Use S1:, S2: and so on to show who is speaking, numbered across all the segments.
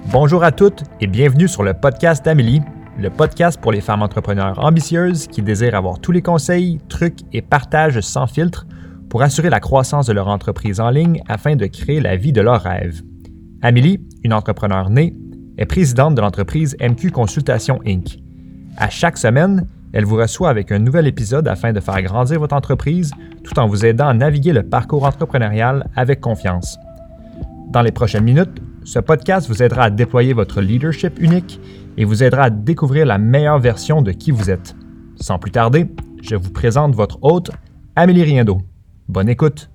S1: Bonjour à toutes et bienvenue sur le podcast d'Amélie, le podcast pour les femmes entrepreneurs ambitieuses qui désirent avoir tous les conseils, trucs et partages sans filtre pour assurer la croissance de leur entreprise en ligne afin de créer la vie de leurs rêves. Amélie, une entrepreneure née, est présidente de l'entreprise MQ Consultation Inc. À chaque semaine, elle vous reçoit avec un nouvel épisode afin de faire grandir votre entreprise tout en vous aidant à naviguer le parcours entrepreneurial avec confiance. Dans les prochaines minutes, ce podcast vous aidera à déployer votre leadership unique et vous aidera à découvrir la meilleure version de qui vous êtes. Sans plus tarder, je vous présente votre hôte, Amélie Riendo. Bonne écoute!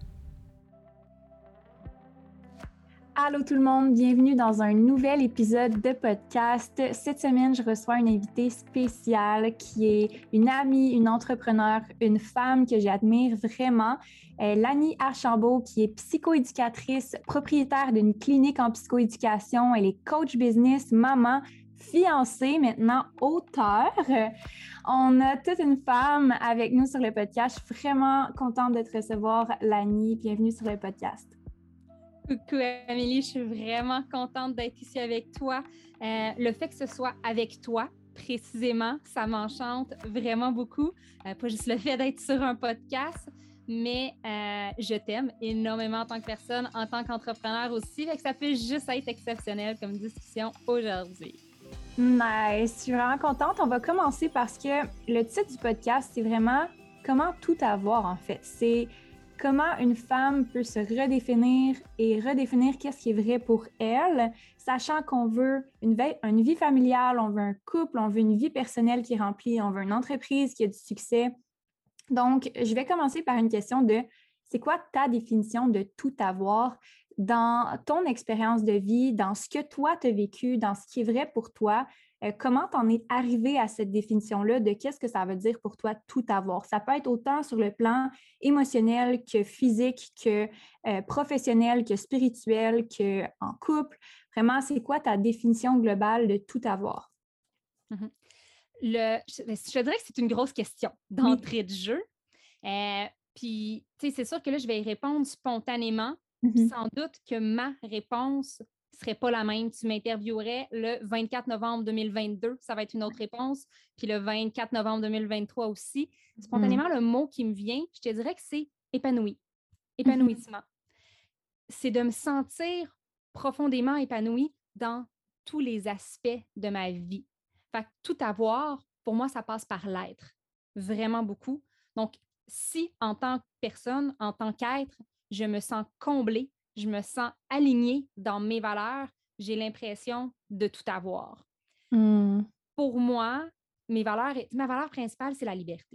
S2: Allô tout le monde, bienvenue dans un nouvel épisode de podcast. Cette semaine, je reçois une invitée spéciale qui est une amie, une entrepreneure, une femme que j'admire vraiment. Lani Archambault, qui est psychoéducatrice, propriétaire d'une clinique en psychoéducation. Elle est coach business, maman, fiancée, maintenant auteure. On a toute une femme avec nous sur le podcast. Je suis vraiment contente de te recevoir, Lani. Bienvenue sur le podcast.
S3: Coucou Amélie, je suis vraiment contente d'être ici avec toi. Le fait que ce soit avec toi, précisément, ça m'enchante vraiment beaucoup. Pas juste le fait d'être sur un podcast, mais je t'aime énormément en tant que personne, en tant qu'entrepreneur aussi. Fait que ça peut juste être exceptionnel comme discussion aujourd'hui.
S2: Nice, je suis vraiment contente. On va commencer parce que le titre du podcast, c'est vraiment « Comment tout avoir » en fait. C'est comment une femme peut se redéfinir et redéfinir qu'est-ce qui est vrai pour elle, sachant qu'on veut une vie familiale, on veut un couple, on veut une vie personnelle qui est remplie, on veut une entreprise qui a du succès. Donc, je vais commencer par une question de c'est quoi ta définition de tout avoir dans ton expérience de vie, dans ce que toi tu as vécu, dans ce qui est vrai pour toi? Comment t'en es arrivé à cette définition-là de qu'est-ce que ça veut dire pour toi tout avoir? Ça peut être autant sur le plan émotionnel que physique, que professionnel, que spirituel, qu'en couple. Vraiment, c'est quoi ta définition globale de tout avoir?
S3: Mm-hmm. Je dirais que c'est une grosse question d'entrée de jeu. Puis, tu sais, c'est sûr que là, je vais y répondre spontanément. Puis sans doute que ma réponse ne serait pas la même. Tu m'interviewerais le 24 novembre 2022, ça va être une autre réponse. Puis le 24 novembre 2023 aussi. Spontanément, le mot qui me vient, je te dirais que c'est épanoui. Épanouissement. C'est de me sentir profondément épanouie dans tous les aspects de ma vie. Fait que tout avoir, pour moi, ça passe par l'être. Vraiment beaucoup. Donc, si en tant que personne, en tant qu'être, je me sens comblée, je me sens alignée dans mes valeurs, j'ai l'impression de tout avoir. Pour moi, ma valeur principale, c'est la liberté.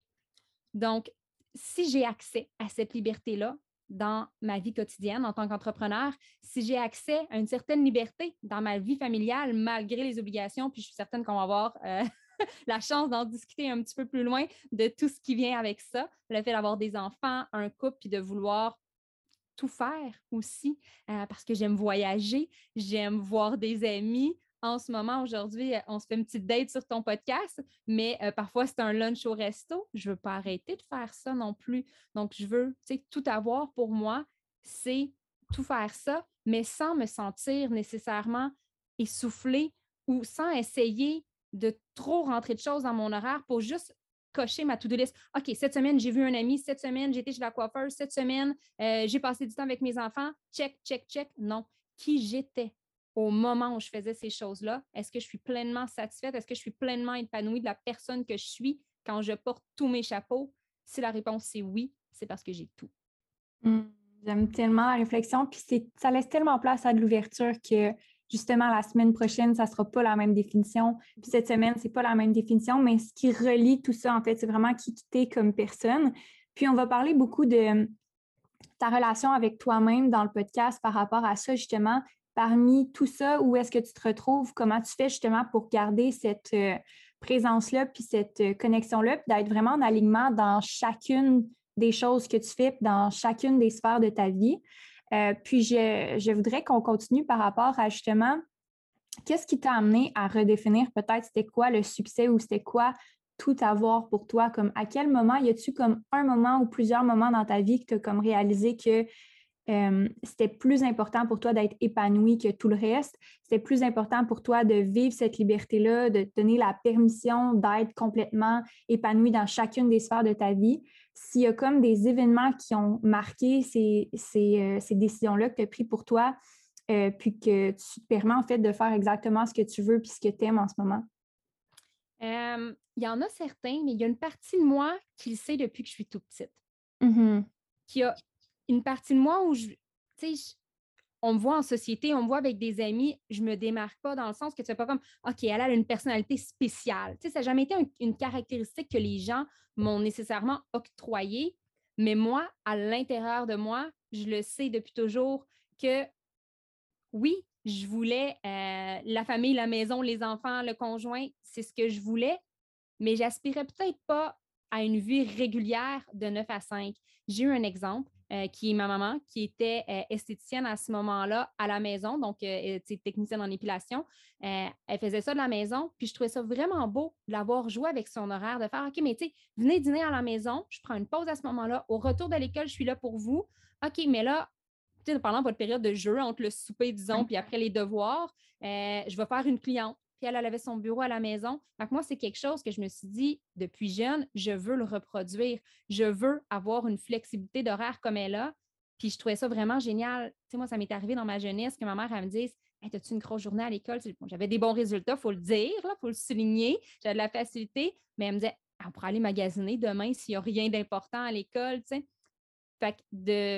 S3: Donc, si j'ai accès à cette liberté-là dans ma vie quotidienne en tant qu'entrepreneur, si j'ai accès à une certaine liberté dans ma vie familiale, malgré les obligations, puis je suis certaine qu'on va avoir la chance d'en discuter un petit peu plus loin de tout ce qui vient avec ça, le fait d'avoir des enfants, un couple, puis de vouloir tout faire aussi, parce que j'aime voyager, j'aime voir des amis. En ce moment, aujourd'hui, on se fait une petite date sur ton podcast, mais parfois, c'est un lunch au resto. Je ne veux pas arrêter de faire ça non plus. Donc, je veux, tu sais, tout avoir pour moi, c'est tout faire ça, mais sans me sentir nécessairement essoufflée ou sans essayer de trop rentrer de choses dans mon horaire pour juste cocher ma to-do list. OK, cette semaine, j'ai vu un ami. Cette semaine, j'ai été chez la coiffeuse. Cette semaine, j'ai passé du temps avec mes enfants. Check, check, check. Non. Qui j'étais au moment où je faisais ces choses-là? Est-ce que je suis pleinement satisfaite? Est-ce que je suis pleinement épanouie de la personne que je suis quand je porte tous mes chapeaux? Si la réponse c'est oui, c'est parce que j'ai tout.
S2: J'aime tellement la réflexion, puis ça laisse tellement place à de l'ouverture que justement la semaine prochaine, ça ne sera pas la même définition. Puis cette semaine, c'est pas la même définition, mais ce qui relie tout ça, en fait, c'est vraiment qui t'es comme personne. Puis on va parler beaucoup de ta relation avec toi-même dans le podcast par rapport à ça, justement. Parmi tout ça, où est-ce que tu te retrouves? Comment tu fais justement pour garder cette présence-là, puis cette connexion-là, puis d'être vraiment en alignement dans chacune des choses que tu fais, dans chacune des sphères de ta vie. Puis je voudrais qu'on continue par rapport à justement, qu'est-ce qui t'a amené à redéfinir peut-être c'était quoi le succès ou c'était quoi tout avoir pour toi? Comme à quel moment, y a-tu comme un moment ou plusieurs moments dans ta vie que tu as comme réalisé que c'était plus important pour toi d'être épanoui que tout le reste. C'était plus important pour toi de vivre cette liberté-là, de te donner la permission d'être complètement épanoui dans chacune des sphères de ta vie. S'il y a comme des événements qui ont marqué ces décisions-là que tu as prises pour toi, puis que tu te permets en fait de faire exactement ce que tu veux puis ce que tu aimes en ce moment?
S3: Il y en a certains, mais il y a une partie de moi qui le sait depuis que je suis toute petite.
S2: Mm-hmm.
S3: Qui a une partie de moi où on me voit en société, on me voit avec des amis, je me démarque pas dans le sens que c'est pas comme OK, elle a une personnalité spéciale. Ça n'a jamais été une caractéristique que les gens m'ont nécessairement octroyée, mais moi, à l'intérieur de moi, je le sais depuis toujours que oui, je voulais la famille, la maison, les enfants, le conjoint, c'est ce que je voulais, mais j'aspirais peut-être pas à une vie régulière de 9 à 5. J'ai eu un exemple qui est ma maman, qui était esthéticienne à ce moment-là à la maison, donc technicienne en épilation. Elle faisait ça de la maison, puis je trouvais ça vraiment beau de l'avoir joué avec son horaire, de faire OK, mais tu sais, venez dîner à la maison, je prends une pause à ce moment-là. Au retour de l'école, je suis là pour vous. OK, mais là, pendant votre période de jeu, entre le souper, disons, puis après les devoirs, je vais faire une cliente. Puis elle avait son bureau à la maison. Donc moi, c'est quelque chose que je me suis dit depuis jeune, je veux le reproduire. Je veux avoir une flexibilité d'horaire comme elle a. Puis je trouvais ça vraiment génial. Tu sais, moi, ça m'est arrivé dans ma jeunesse que ma mère, elle me dise hey, as-tu une grosse journée à l'école? Bon, j'avais des bons résultats, il faut le dire, il faut le souligner. J'avais de la facilité, mais elle me disait on pourra aller magasiner demain s'il n'y a rien d'important à l'école. Tu sais. Fait que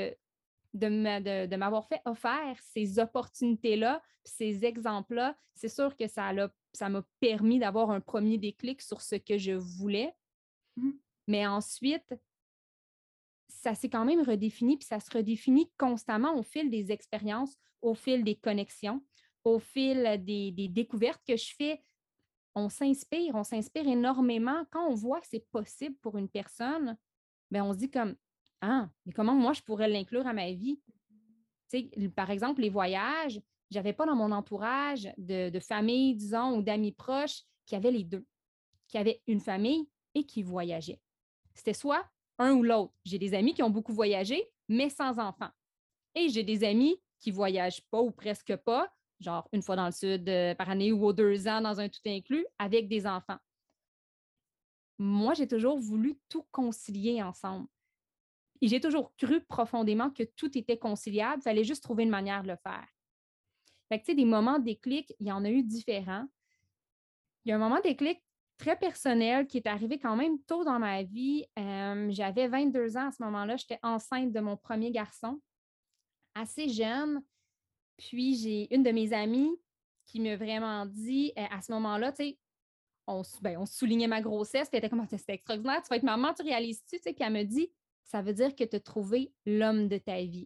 S3: de m'avoir fait offert ces opportunités-là, ces exemples-là, c'est sûr que ça m'a permis d'avoir un premier déclic sur ce que je voulais. Mais ensuite, ça s'est quand même redéfini, puis ça se redéfinit constamment au fil des expériences, au fil des connexions, au fil des découvertes que je fais. On s'inspire énormément. Quand on voit que c'est possible pour une personne, bien, on se dit comme ah, mais comment moi je pourrais l'inclure à ma vie? Par exemple, les voyages, je n'avais pas dans mon entourage de famille, disons, ou d'amis proches qui avaient les deux, qui avaient une famille et qui voyageaient. C'était soit un ou l'autre. J'ai des amis qui ont beaucoup voyagé, mais sans enfants. Et j'ai des amis qui ne voyagent pas ou presque pas, genre une fois dans le sud par année ou aux 2 ans dans un tout inclus, avec des enfants. Moi, j'ai toujours voulu tout concilier ensemble. Et j'ai toujours cru profondément que tout était conciliable, il fallait juste trouver une manière de le faire. Fait que, tu sais, des moments déclic, il y en a eu différents. Il y a un moment déclic très personnel qui est arrivé quand même tôt dans ma vie. J'avais 22 ans à ce moment-là. J'étais enceinte de mon premier garçon, assez jeune. Puis, j'ai une de mes amies qui m'a vraiment dit, à ce moment-là, tu sais, on soulignait ma grossesse, puis elle était comme, c'était extraordinaire, tu vas être maman, tu réalises-tu? Tu sais, puis elle me dit, ça veut dire que tu as trouvé l'homme de ta vie.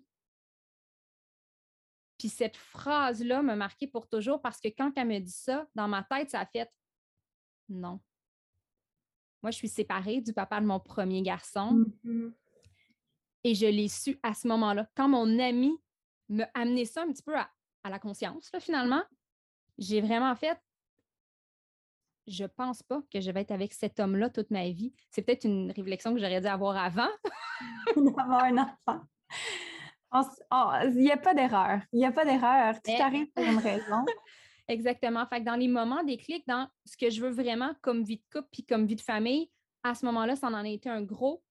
S3: Puis cette phrase-là m'a marquée pour toujours parce que quand elle me dit ça, dans ma tête, ça a fait non. Moi, je suis séparée du papa de mon premier garçon et je l'ai su à ce moment-là. Quand mon ami m'a amené ça un petit peu à la conscience, là, finalement, j'ai vraiment fait je pense pas que je vais être avec cet homme-là toute ma vie. C'est peut-être une réflexion que j'aurais dû avoir avant.
S2: D'avoir un enfant. Il n'y a pas d'erreur. Il n'y a pas d'erreur. Tout arrive pour une raison.
S3: Exactement. Fait que dans les moments déclics, dans ce que je veux vraiment comme vie de couple puis comme vie de famille, à ce moment-là, ça en a été un gros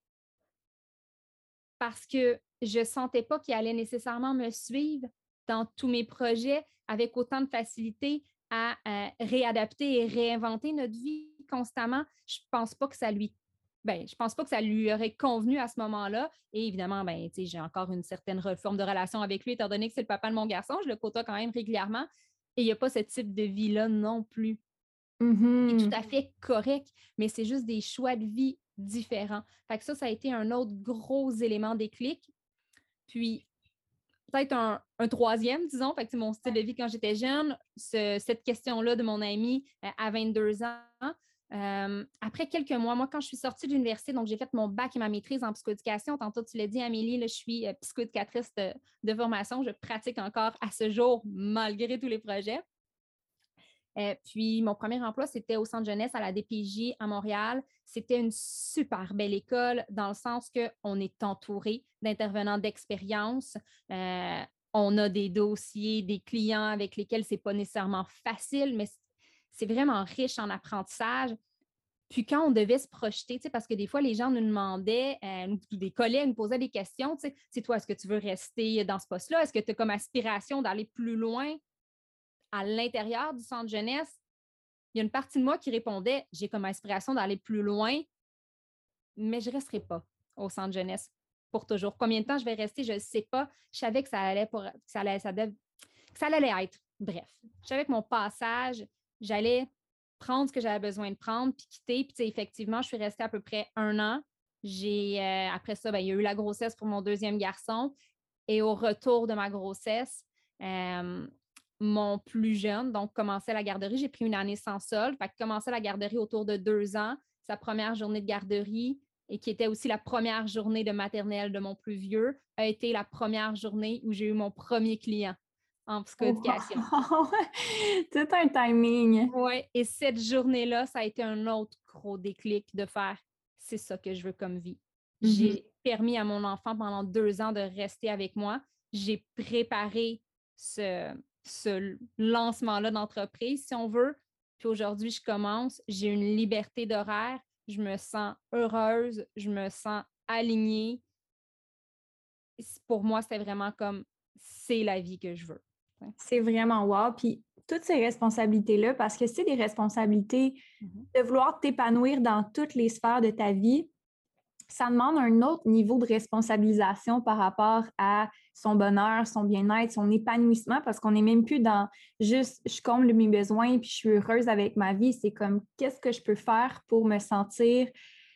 S3: parce que je ne sentais pas qu'il allait nécessairement me suivre dans tous mes projets avec autant de facilité à réadapter et réinventer notre vie constamment. Je pense pas que ça lui je pense pas que ça lui aurait convenu à ce moment-là. Et évidemment, j'ai encore une certaine forme de relation avec lui, étant donné que c'est le papa de mon garçon. Je le côtoie quand même régulièrement. Et il n'y a pas ce type de vie-là non plus. C'est tout à fait correct, mais c'est juste des choix de vie différents. Fait que ça a été un autre gros élément déclic. Puis, peut-être un troisième, disons, fait que c'est mon style de vie quand j'étais jeune, cette question-là de mon ami à 22 ans. Après quelques mois, moi, quand je suis sortie de l'université, donc j'ai fait mon bac et ma maîtrise en psychoéducation. Tantôt, tu l'as dit, Amélie, là, je suis psychoéducatrice de formation. Je pratique encore à ce jour, malgré tous les projets. Puis, mon premier emploi, c'était au centre jeunesse à la DPJ à Montréal. C'était une super belle école dans le sens qu'on est entouré d'intervenants d'expérience. On a des dossiers, des clients avec lesquels c'est pas nécessairement facile, mais c'est vraiment riche en apprentissage. Puis quand on devait se projeter, parce que des fois, les gens nous demandaient, des collègues nous posaient des questions, c'est toi, est-ce que tu veux rester dans ce poste-là? Est-ce que tu as comme aspiration d'aller plus loin à l'intérieur du centre jeunesse? Il y a une partie de moi qui répondait, j'ai comme aspiration d'aller plus loin, mais je ne resterai pas au centre jeunesse pour toujours. Combien de temps je vais rester, je ne sais pas. Je savais que ça allait être. Bref, je savais que mon passage, j'allais prendre ce que j'avais besoin de prendre, puis quitter. Puis effectivement, je suis restée à peu près 1 an. Après ça, il y a eu la grossesse pour mon deuxième garçon. Et au retour de ma grossesse, mon plus jeune, donc commençait la garderie. J'ai pris une année sans solde. Fait que commençait la garderie autour de 2 ans. Sa première journée de garderie, et qui était aussi la première journée de maternelle de mon plus vieux, a été la première journée où j'ai eu mon premier client en psychoéducation.
S2: Wow. Tout un timing.
S3: Oui, et cette journée-là, ça a été un autre gros déclic de faire c'est ça que je veux comme vie. J'ai permis à mon enfant pendant 2 ans de rester avec moi. J'ai préparé ce lancement-là d'entreprise, si on veut. Puis aujourd'hui, je commence, j'ai une liberté d'horaire, je me sens heureuse, je me sens alignée. Pour moi, c'était vraiment comme c'est la vie que je veux.
S2: C'est vraiment wow. Puis toutes ces responsabilités-là, parce que c'est des responsabilités de vouloir t'épanouir dans toutes les sphères de ta vie, ça demande un autre niveau de responsabilisation par rapport à son bonheur, son bien-être, son épanouissement, parce qu'on n'est même plus dans juste je comble mes besoins puis je suis heureuse avec ma vie. C'est comme qu'est-ce que je peux faire pour me sentir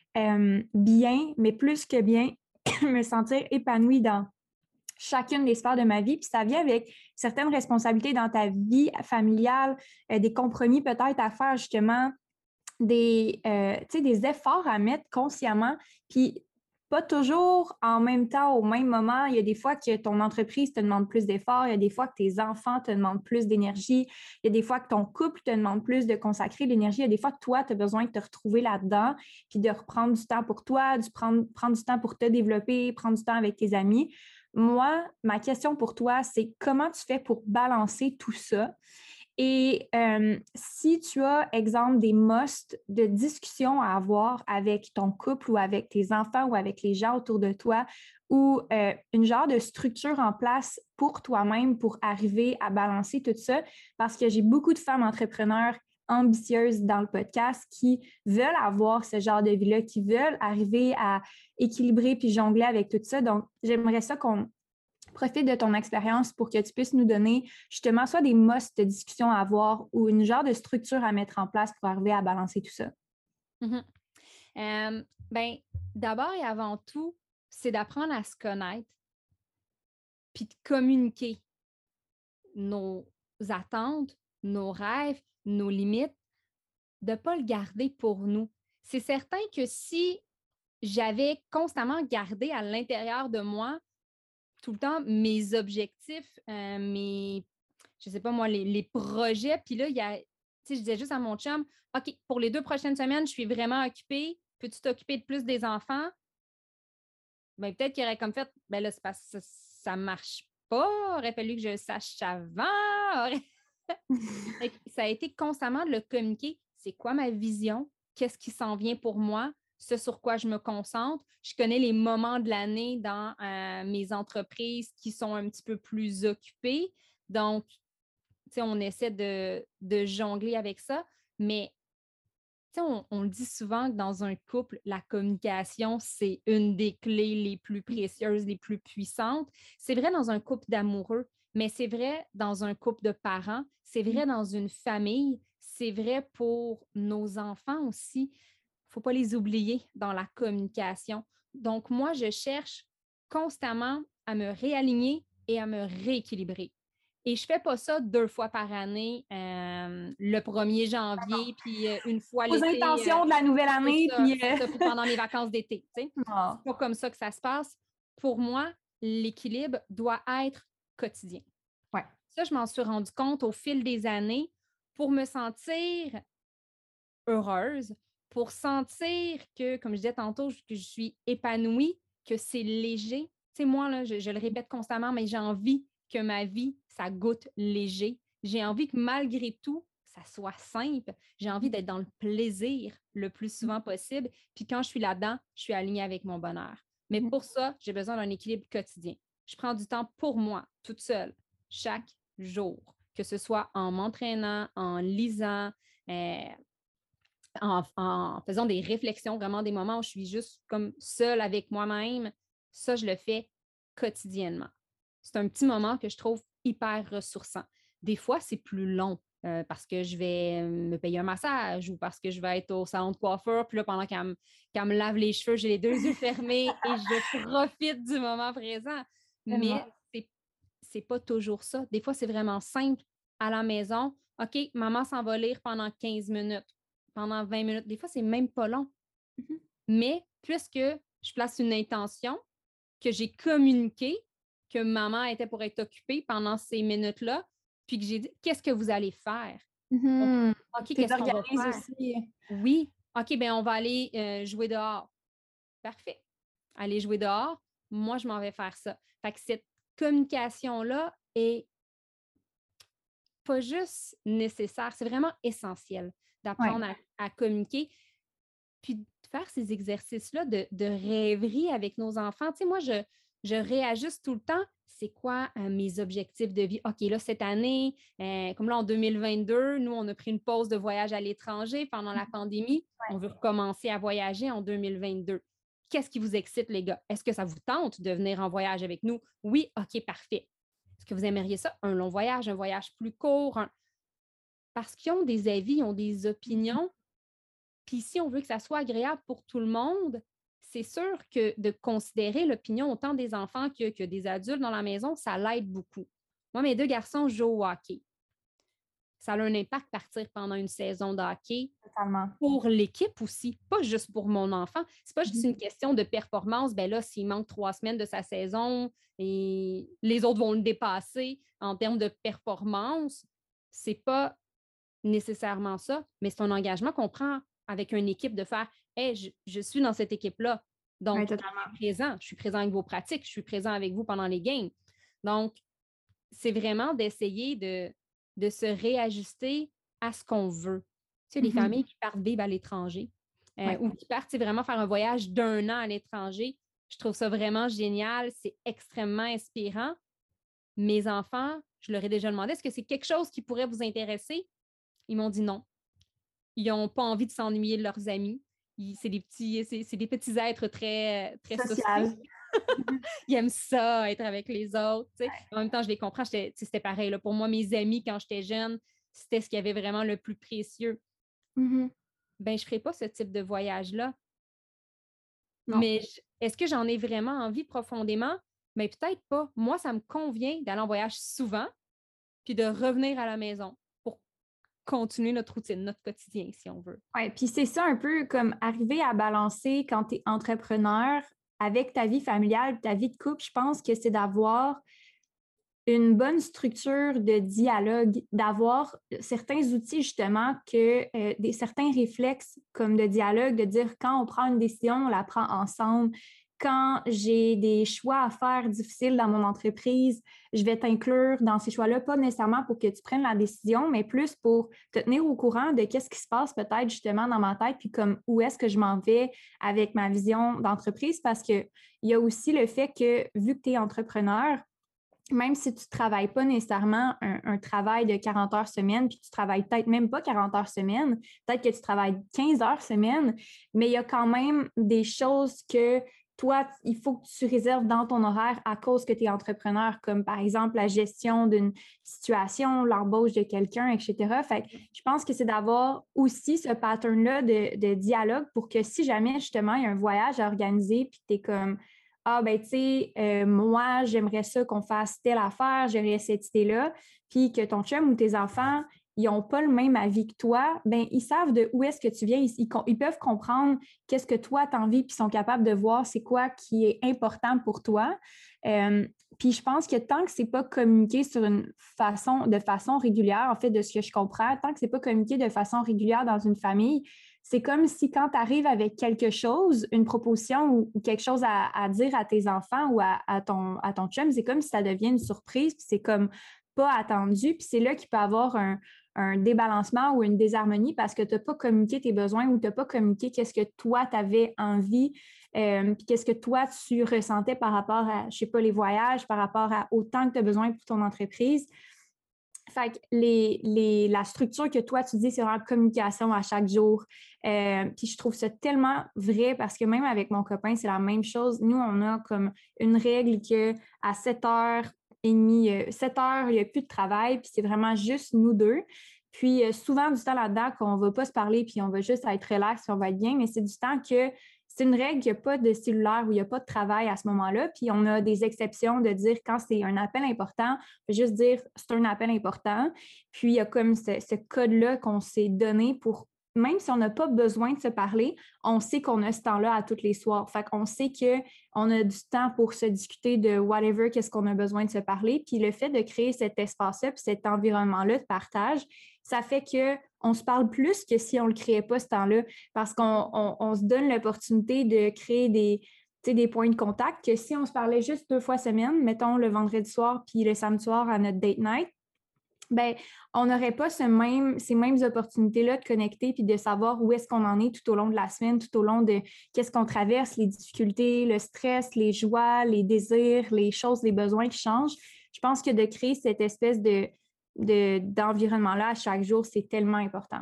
S2: bien, mais plus que bien, me sentir épanouie dans chacune des sphères de ma vie. Puis ça vient avec certaines responsabilités dans ta vie familiale, des compromis peut-être à faire justement, des efforts à mettre consciemment, puis pas toujours en même temps, au même moment. Il y a des fois que ton entreprise te demande plus d'efforts, il y a des fois que tes enfants te demandent plus d'énergie, il y a des fois que ton couple te demande plus de consacrer de l'énergie, il y a des fois que toi, tu as besoin de te retrouver là-dedans, puis de reprendre du temps pour toi, prendre du temps pour te développer, prendre du temps avec tes amis. Moi, ma question pour toi, c'est comment tu fais pour balancer tout ça? Et si tu as, exemple, des musts de discussion à avoir avec ton couple ou avec tes enfants ou avec les gens autour de toi, ou une genre de structure en place pour toi-même pour arriver à balancer tout ça, parce que j'ai beaucoup de femmes entrepreneurs ambitieuses dans le podcast qui veulent avoir ce genre de vie-là, qui veulent arriver à équilibrer puis jongler avec tout ça. Donc, j'aimerais ça qu'on profite de ton expérience pour que tu puisses nous donner justement soit des musts de discussion à avoir ou une genre de structure à mettre en place pour arriver à balancer tout ça.
S3: D'abord et avant tout, c'est d'apprendre à se connaître puis de communiquer nos attentes, nos rêves, nos limites, de ne pas le garder pour nous. C'est certain que si j'avais constamment gardé à l'intérieur de moi tout le temps mes objectifs, je sais pas moi, les projets. Puis là, je disais juste à mon chum, OK, pour les 2 prochaines semaines, je suis vraiment occupée. Peux-tu t'occuper de plus des enfants? Ben, peut-être qu'il aurait comme fait, ben là, c'est parce que ça marche pas. Il aurait fallu que je le sache avant. Ça a été constamment de le communiquer. C'est quoi ma vision? Qu'est-ce qui s'en vient pour moi? Ce sur quoi je me concentre. Je connais les moments de l'année dans mes entreprises qui sont un petit peu plus occupées. Donc, on essaie de jongler avec ça. Mais on le dit souvent que dans un couple, la communication, c'est une des clés les plus précieuses, les plus puissantes. C'est vrai dans un couple d'amoureux, mais c'est vrai dans un couple de parents, c'est vrai dans une famille, c'est vrai pour nos enfants aussi. Il ne faut pas les oublier dans la communication. Donc, moi, je cherche constamment à me réaligner et à me rééquilibrer. Et je ne fais pas ça 2 fois par année, le 1er janvier, puis une fois l'été.
S2: Aux intentions de la nouvelle année.
S3: Puis pendant les vacances d'été. C'est pas comme ça que ça se passe. Pour moi, l'équilibre doit être quotidien.
S2: Ouais.
S3: Ça, je m'en suis rendu compte au fil des années pour me sentir heureuse, pour sentir que, comme je disais tantôt, que je suis épanouie, que c'est léger. Tu sais, moi, là, je le répète constamment, mais j'ai envie que ma vie, ça goûte léger. J'ai envie que malgré tout, ça soit simple. J'ai envie d'être dans le plaisir le plus souvent possible. Puis quand je suis là-dedans, je suis alignée avec mon bonheur. Mais pour ça, j'ai besoin d'un équilibre quotidien. Je prends du temps pour moi, toute seule, chaque jour, que ce soit en m'entraînant, en lisant, en faisant des réflexions, vraiment des moments où je suis juste comme seule avec moi-même. Ça, je le fais quotidiennement. C'est un petit moment que je trouve hyper ressourçant. Des fois, c'est plus long parce que je vais me payer un massage ou parce que je vais être au salon de coiffeur. Puis là, pendant qu'elle me lave les cheveux, j'ai les deux yeux fermés et je profite du moment présent. Mais c'est pas toujours ça. Des fois, c'est vraiment simple à la maison. OK, maman s'en va lire pendant 15 minutes, pendant 20 minutes. Des fois, c'est même pas long.
S2: Mm-hmm.
S3: Mais puisque je place une intention, que j'ai communiqué, que maman était pour être occupée pendant ces minutes-là, puis que j'ai dit, qu'est-ce que vous allez faire?
S2: Mm-hmm.
S3: OK, qu'est-ce qu'on va faire?
S2: Aussi.
S3: Oui. OK, bien, on va aller jouer dehors. Parfait. Aller jouer dehors, moi, je m'en vais faire ça. Fait que cette communication-là est pas juste nécessaire, c'est vraiment essentiel d'apprendre à communiquer. Puis de faire ces exercices-là de rêverie avec nos enfants. Tu sais, moi, je réajuste tout le temps. C'est quoi mes objectifs de vie? OK, là, cette année, comme là, en 2022, nous, on a pris une pause de voyage à l'étranger pendant la pandémie. On veut recommencer à voyager en 2022. Qu'est-ce qui vous excite, les gars? Est-ce que ça vous tente de venir en voyage avec nous? Oui, OK, parfait. Est-ce que vous aimeriez ça? Un long voyage, un voyage plus court? Parce qu'ils ont des avis, ils ont des opinions. Puis si on veut que ça soit agréable pour tout le monde, c'est sûr que de considérer l'opinion autant des enfants que des adultes dans la maison, ça l'aide beaucoup. Moi, mes 2 garçons jouent au hockey. Ça a un impact partir pendant une saison de hockey.
S2: Totalement.
S3: Pour l'équipe aussi, pas juste pour mon enfant. C'est pas juste une question de performance. Ben là, s'il manque 3 semaines de sa saison et les autres vont le dépasser en termes de performance, c'est pas nécessairement ça, mais c'est un engagement qu'on prend avec une équipe de faire hey, je suis dans cette équipe-là. Donc, je suis présent avec vos pratiques, je suis présent avec vous pendant les games. Donc, c'est vraiment d'essayer de se réajuster à ce qu'on veut. Tu sais, les familles qui partent vivre à l'étranger ou qui partent vraiment faire un voyage d'1 an à l'étranger, je trouve ça vraiment génial. C'est extrêmement inspirant. Mes enfants, je leur ai déjà demandé, est-ce que c'est quelque chose qui pourrait vous intéresser? Ils m'ont dit non. Ils n'ont pas envie de s'ennuyer de leurs amis. C'est des petits êtres très, très sociaux. Ils aiment ça, être avec les autres. En même temps, je les comprends. C'était pareil. Là. Pour moi, mes amis, quand j'étais jeune, c'était ce qu'il y avait vraiment le plus précieux. Ben, je ne ferai pas ce type de voyage-là. Non. Mais est-ce que j'en ai vraiment envie profondément? Mais peut-être pas. Moi, ça me convient d'aller en voyage souvent puis de revenir à la maison pour continuer notre routine, notre quotidien, si on veut.
S2: Oui, puis c'est ça un peu comme arriver à balancer quand tu es entrepreneur avec ta vie familiale, ta vie de couple. Je pense que c'est d'avoir une bonne structure de dialogue, d'avoir certains outils justement certains réflexes comme de dialogue, de dire quand on prend une décision, on la prend ensemble. Quand j'ai des choix à faire difficiles dans mon entreprise, je vais t'inclure dans ces choix-là, pas nécessairement pour que tu prennes la décision, mais plus pour te tenir au courant de qu'est-ce qui se passe peut-être justement dans ma tête, puis comme où est-ce que je m'en vais avec ma vision d'entreprise, parce qu'il y a aussi le fait que vu que tu es entrepreneur, même si tu ne travailles pas nécessairement un travail de 40 heures semaine, puis tu ne travailles peut-être même pas 40 heures semaine, peut-être que tu travailles 15 heures semaine, mais il y a quand même des choses que toi, il faut que tu réserves dans ton horaire à cause que tu es entrepreneur, comme par exemple la gestion d'une situation, l'embauche de quelqu'un, etc. Fait que je pense que c'est d'avoir aussi ce pattern-là de dialogue pour que si jamais justement il y a un voyage à organiser, puis tu es comme ah, ben, tu sais, moi, j'aimerais ça qu'on fasse telle affaire, j'aurais cette idée-là, puis que ton chum ou tes enfants, ils n'ont pas le même avis que toi, ben ils savent de où est-ce que tu viens. Ils peuvent comprendre qu'est-ce que toi, tu as envie, puis ils sont capables de voir c'est quoi qui est important pour toi. Puis je pense que tant que ce n'est pas communiqué de façon régulière, en fait, de ce que je comprends, tant que ce n'est pas communiqué de façon régulière dans une famille, c'est comme si quand tu arrives avec quelque chose, une proposition ou quelque chose à dire à tes enfants ou à ton chum, c'est comme si ça devient une surprise, puis c'est comme pas attendu, puis c'est là qu'il peut y avoir un débalancement ou une désharmonie parce que tu n'as pas communiqué tes besoins ou tu n'as pas communiqué qu'est-ce que toi, tu avais envie, puis qu'est-ce que toi, tu ressentais par rapport à, je sais pas, les voyages, par rapport au temps que tu as besoin pour ton entreprise. Fait que la structure que toi, tu dis, c'est vraiment communication à chaque jour. Puis je trouve ça tellement vrai parce que même avec mon copain, c'est la même chose. Nous, on a comme une règle qu'à 7h30, 7h, il n'y a plus de travail, puis c'est vraiment juste nous deux. Puis souvent du temps là-dedans qu'on ne va pas se parler, puis on va juste être relax, puis on va être bien, mais c'est du temps que c'est une règle qu'il n'y a pas de cellulaire où il n'y a pas de travail à ce moment-là. Puis on a des exceptions de dire quand c'est un appel important, on peut juste dire c'est un appel important. Puis il y a comme ce code-là qu'on s'est donné pour, même si on n'a pas besoin de se parler, on sait qu'on a ce temps-là à tous les soirs. Fait qu'on sait qu'on a du temps pour se discuter de whatever, qu'est-ce qu'on a besoin de se parler. Puis le fait de créer cet espace-là, puis cet environnement-là de partage, ça fait qu'on se parle plus que si on ne le créait pas ce temps-là, parce qu'on se donne l'opportunité de créer des points de contact que si on se parlait juste 2 fois semaine, mettons le vendredi soir puis le samedi soir à notre date night, ben on n'aurait pas ces mêmes opportunités-là de connecter puis de savoir où est-ce qu'on en est tout au long de la semaine, tout au long de qu'est-ce qu'on traverse, les difficultés, le stress, les joies, les désirs, les choses, les besoins qui changent. Je pense que de créer cette espèce d'environnement-là à chaque jour, c'est tellement important.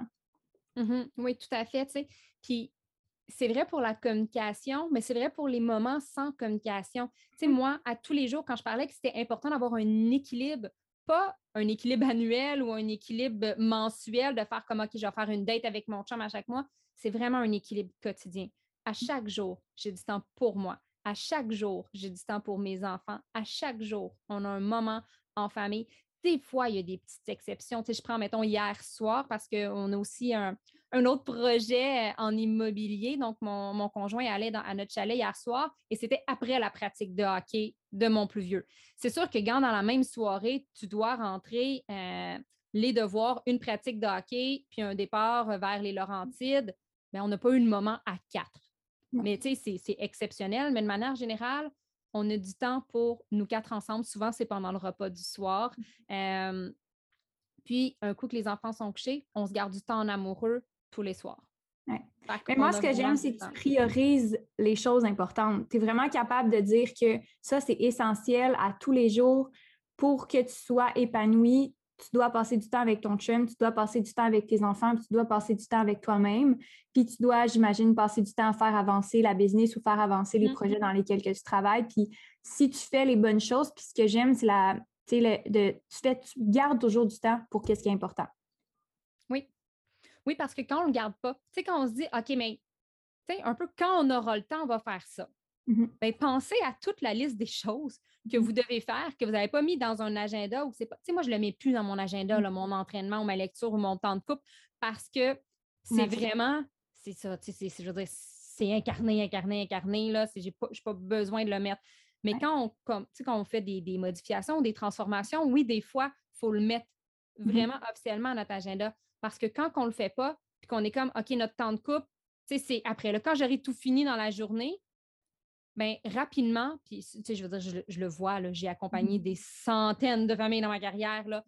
S3: Oui, tout à fait, tu sais. Puis c'est vrai pour la communication, mais c'est vrai pour les moments sans communication. Tu sais, moi, à tous les jours, quand je parlais que c'était important d'avoir un équilibre, pas un équilibre annuel ou un équilibre mensuel, de faire comme, OK, je vais faire une date avec mon chum à chaque mois, c'est vraiment un équilibre quotidien. À chaque jour, j'ai du temps pour moi. À chaque jour, j'ai du temps pour mes enfants. À chaque jour, on a un moment en famille. Des fois, il y a des petites exceptions. Tu sais, je prends, mettons, hier soir, parce qu'on a aussi un autre projet en immobilier. Donc, mon conjoint allait à notre chalet hier soir et c'était après la pratique de hockey de mon plus vieux. C'est sûr que quand dans la même soirée, tu dois rentrer les devoirs, une pratique de hockey, puis un départ vers les Laurentides, bien, on n'a pas eu le moment à 4. Mais tu sais, c'est exceptionnel, mais de manière générale, on a du temps pour nous 4 ensemble. Souvent, c'est pendant le repas du soir. Puis, un coup que les enfants sont couchés, on se garde du temps en amoureux tous les soirs.
S2: Ouais. Mais moi, ce que j'aime, c'est que tu priorises les choses importantes. Tu es vraiment capable de dire que ça, c'est essentiel à tous les jours pour que tu sois épanoui. Tu dois passer du temps avec ton chum, tu dois passer du temps avec tes enfants, puis tu dois passer du temps avec toi-même. Puis tu dois, j'imagine, passer du temps à faire avancer la business ou faire avancer les projets dans lesquels tu travailles. Puis si tu fais les bonnes choses, puis ce que j'aime, c'est tu gardes toujours du temps pour ce qui est important.
S3: Oui. Oui, parce que quand on ne le garde pas, tu sais, quand on se dit, OK, mais tu sais, un peu quand on aura le temps, on va faire ça. Bien, pensez à toute la liste des choses que vous devez faire, que vous n'avez pas mis dans un agenda ou c'est pas. Tu sais, moi, je ne le mets plus dans mon agenda, là, mon entraînement ou ma lecture ou mon temps de couple, parce que c'est vraiment, c'est ça, tu sais, je veux dire, c'est incarné, là, je n'ai pas besoin de le mettre. Mais quand on fait des modifications, des transformations, oui, des fois, il faut le mettre vraiment officiellement à notre agenda. Parce que quand on ne le fait pas, puis qu'on est comme, OK, notre temps de couple, tu sais, c'est après. Là, quand j'aurai tout fini dans la journée, bien, rapidement, puis, tu sais, je veux dire, je le vois, là, j'ai accompagné des centaines de familles dans ma carrière, là.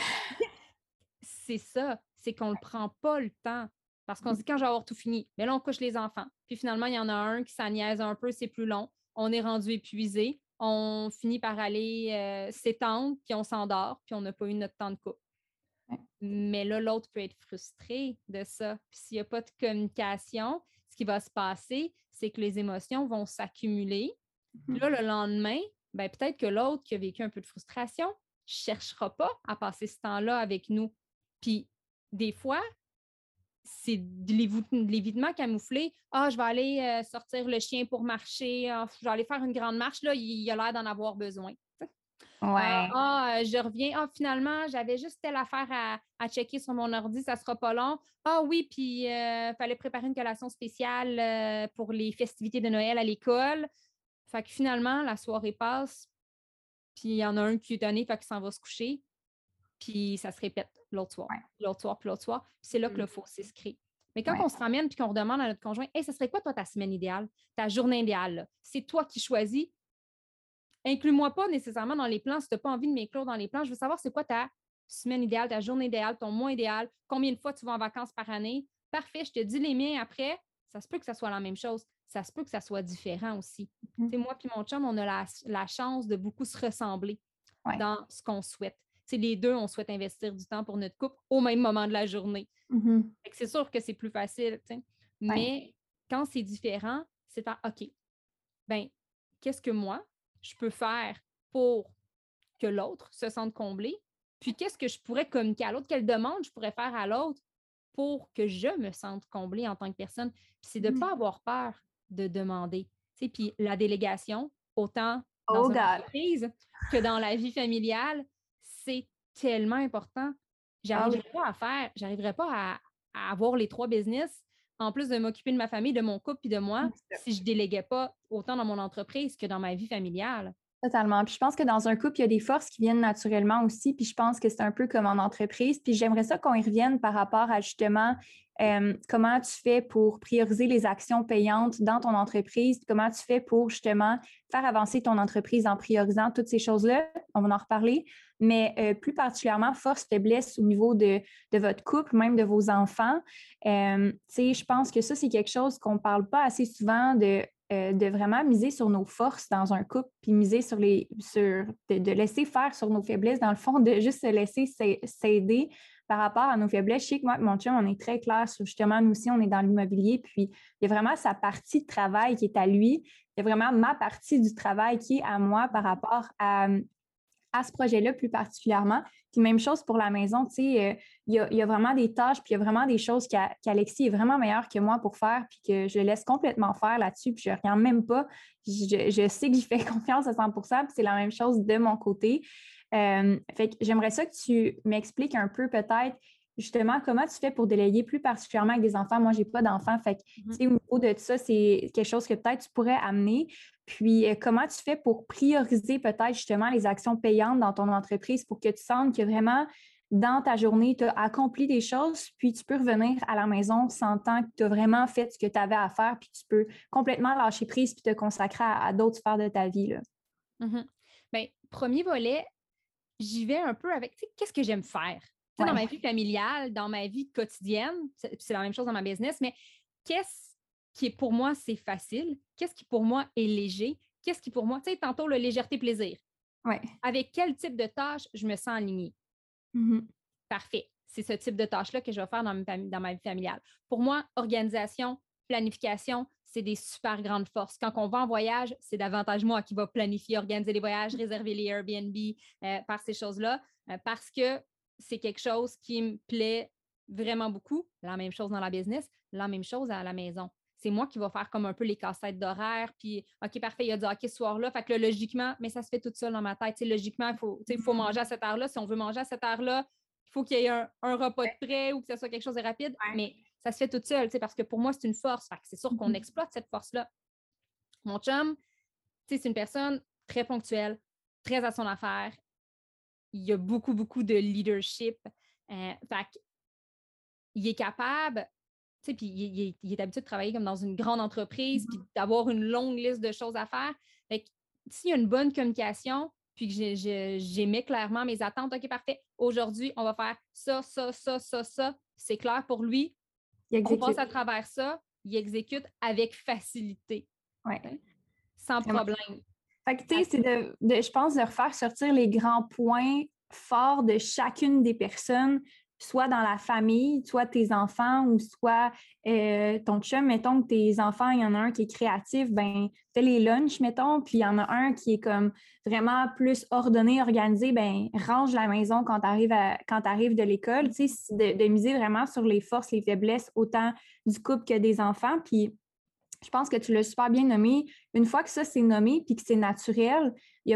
S3: C'est ça, c'est qu'on ne prend pas le temps. Parce qu'on se dit, quand je vais avoir tout fini, mais là, on couche les enfants. Puis finalement, il y en a un qui s'agniaise un peu, c'est plus long. On est rendu épuisé. On finit par aller s'étendre, puis on s'endort, puis on n'a pas eu notre temps de couple. Mais là, l'autre peut être frustré de ça. Puis s'il n'y a pas de communication, ce qui va se passer, c'est que les émotions vont s'accumuler. Puis là, le lendemain, ben, peut-être que l'autre qui a vécu un peu de frustration ne cherchera pas à passer ce temps-là avec nous. Puis des fois, c'est de l'évitement camouflé. Ah, je vais aller sortir le chien pour marcher. Ah, je vais aller faire une grande marche. Là, il a l'air d'en avoir besoin.
S2: Ouais.
S3: Je reviens. Finalement, j'avais juste telle affaire à checker sur mon ordi, ça sera pas long. Oui, puis fallait préparer une collation spéciale pour les festivités de Noël à l'école. Fait que finalement, la soirée passe, puis il y en a un qui est donné, fait qu'il s'en va se coucher, puis ça se répète l'autre soir,
S2: Ouais.
S3: l'autre soir, puis l'autre soir. Puis c'est là que le fossé se crée. Mais quand
S2: Ouais.
S3: on se ramène puis qu'on redemande à notre conjoint, hey, ça serait quoi, toi, ta semaine idéale, ta journée idéale? Là? C'est toi qui choisis. Inclus-moi pas nécessairement dans les plans si tu n'as pas envie de m'inclure dans les plans. Je veux savoir c'est quoi ta semaine idéale, ta journée idéale, ton mois idéal, combien de fois tu vas en vacances par année. Parfait, je te dis les miens après. Ça se peut que ça soit la même chose. Ça se peut que ça soit différent aussi. Moi et mon chum, on a la chance de beaucoup se ressembler dans ce qu'on souhaite. Les deux, on souhaite investir du temps pour notre couple au même moment de la journée. C'est sûr que c'est plus facile. Mais quand c'est différent, c'est faire OK, ben qu'est-ce que moi, je peux faire pour que l'autre se sente comblé? Puis qu'est-ce que je pourrais communiquer à l'autre? Quelle demande je pourrais faire à l'autre pour que je me sente comblée en tant que personne? Puis c'est de ne pas avoir peur de demander. Puis la délégation, autant dans une entreprise que dans la vie familiale, c'est tellement important. J'arriverais pas à avoir les 3 business, en plus de m'occuper de ma famille, de mon couple et de moi, si je ne déléguais pas autant dans mon entreprise que dans ma vie familiale.
S2: Totalement. Puis je pense que dans un couple, il y a des forces qui viennent naturellement aussi. Puis je pense que c'est un peu comme en entreprise. Puis j'aimerais ça qu'on y revienne par rapport à justement comment tu fais pour prioriser les actions payantes dans ton entreprise. Comment tu fais pour justement faire avancer ton entreprise en priorisant toutes ces choses-là. On va en reparler. Mais plus particulièrement, force, faiblesse au niveau de votre couple, même de vos enfants. Je pense que ça, c'est quelque chose qu'on ne parle pas assez souvent de vraiment miser sur nos forces dans un couple, puis miser de laisser faire sur nos faiblesses, dans le fond, de juste se laisser s'aider par rapport à nos faiblesses. Je sais que moi et mon chum, on est très clair sur justement, nous aussi, on est dans l'immobilier, puis il y a vraiment sa partie de travail qui est à lui, il y a vraiment ma partie du travail qui est à moi par rapport à ce projet-là plus particulièrement. Puis même chose pour la maison, tu sais, il y a vraiment des tâches, puis il y a vraiment des choses qu'Alexis est vraiment meilleur que moi pour faire, puis que je le laisse complètement faire là-dessus, puis je ne regarde même pas. Je sais que j'y fais confiance à 100%, puis c'est la même chose de mon côté. Fait que j'aimerais ça que tu m'expliques un peu peut-être justement comment tu fais pour déléguer plus particulièrement avec des enfants. Moi, je n'ai pas d'enfants, fait que tu sais, au niveau de ça, c'est quelque chose que peut-être tu pourrais amener. Puis, comment tu fais pour prioriser peut-être justement les actions payantes dans ton entreprise pour que tu sentes que vraiment, dans ta journée, tu as accompli des choses, puis tu peux revenir à la maison sentant que tu as vraiment fait ce que tu avais à faire, puis tu peux complètement lâcher prise puis te consacrer à d'autres sphères de ta vie, là.
S3: Bien, premier volet, j'y vais un peu avec, tu sais, qu'est-ce que j'aime faire? Dans ma vie familiale, dans ma vie quotidienne, c'est la même chose dans ma business, mais qu'est-ce qui est pour moi, c'est facile? Qu'est-ce qui pour moi est léger? Qu'est-ce qui pour moi, tu sais, tantôt, le légèreté-plaisir. Avec quel type de tâche je me sens alignée? Parfait. C'est ce type de tâche-là que je vais faire dans ma vie familiale. Pour moi, organisation, planification, c'est des super grandes forces. Quand on va en voyage, c'est davantage moi qui va planifier, organiser les voyages, réserver les Airbnb, faire ces choses-là, parce que c'est quelque chose qui me plaît vraiment beaucoup. La même chose dans la business, la même chose à la maison. C'est moi qui va faire comme un peu les cassettes d'horaire, puis OK, parfait, il y a du hockey ce soir-là. Fait que là, logiquement, mais ça se fait tout seul dans ma tête. T'sais, logiquement, il faut manger à cette heure-là. Si on veut manger à cette heure-là, il faut qu'il y ait un repas de prêt ou que ce soit quelque chose de rapide. Mais ça se fait tout seul, parce que pour moi, c'est une force. Fait que c'est sûr qu'on exploite cette force-là. Mon chum, c'est une personne très ponctuelle, très à son affaire. Il y a beaucoup, beaucoup de leadership. Fait qu'il est capable, puis il est habitué de travailler comme dans une grande entreprise, puis d'avoir une longue liste de choses à faire. Fait que s'il y a une bonne communication, puis que j'émets clairement mes attentes, OK, parfait, aujourd'hui, on va faire ça, ça, ça, ça, ça. C'est clair pour lui. On passe à travers ça, il exécute avec facilité. Sans problème.
S2: Fait que, tu sais, c'est je pense, de refaire sortir les grands points forts de chacune des personnes, soit dans la famille, soit tes enfants ou soit ton chum. Mettons que tes enfants, il y en a un qui est créatif, ben fais les lunchs, mettons, puis il y en a un qui est comme vraiment plus ordonné, organisé, ben range la maison quand tu arrives de l'école. Tu sais, de miser vraiment sur les forces, les faiblesses, autant du couple que des enfants. Puis je pense que tu l'as super bien nommé. Une fois que ça, c'est nommé puis que c'est naturel, il n'y a pas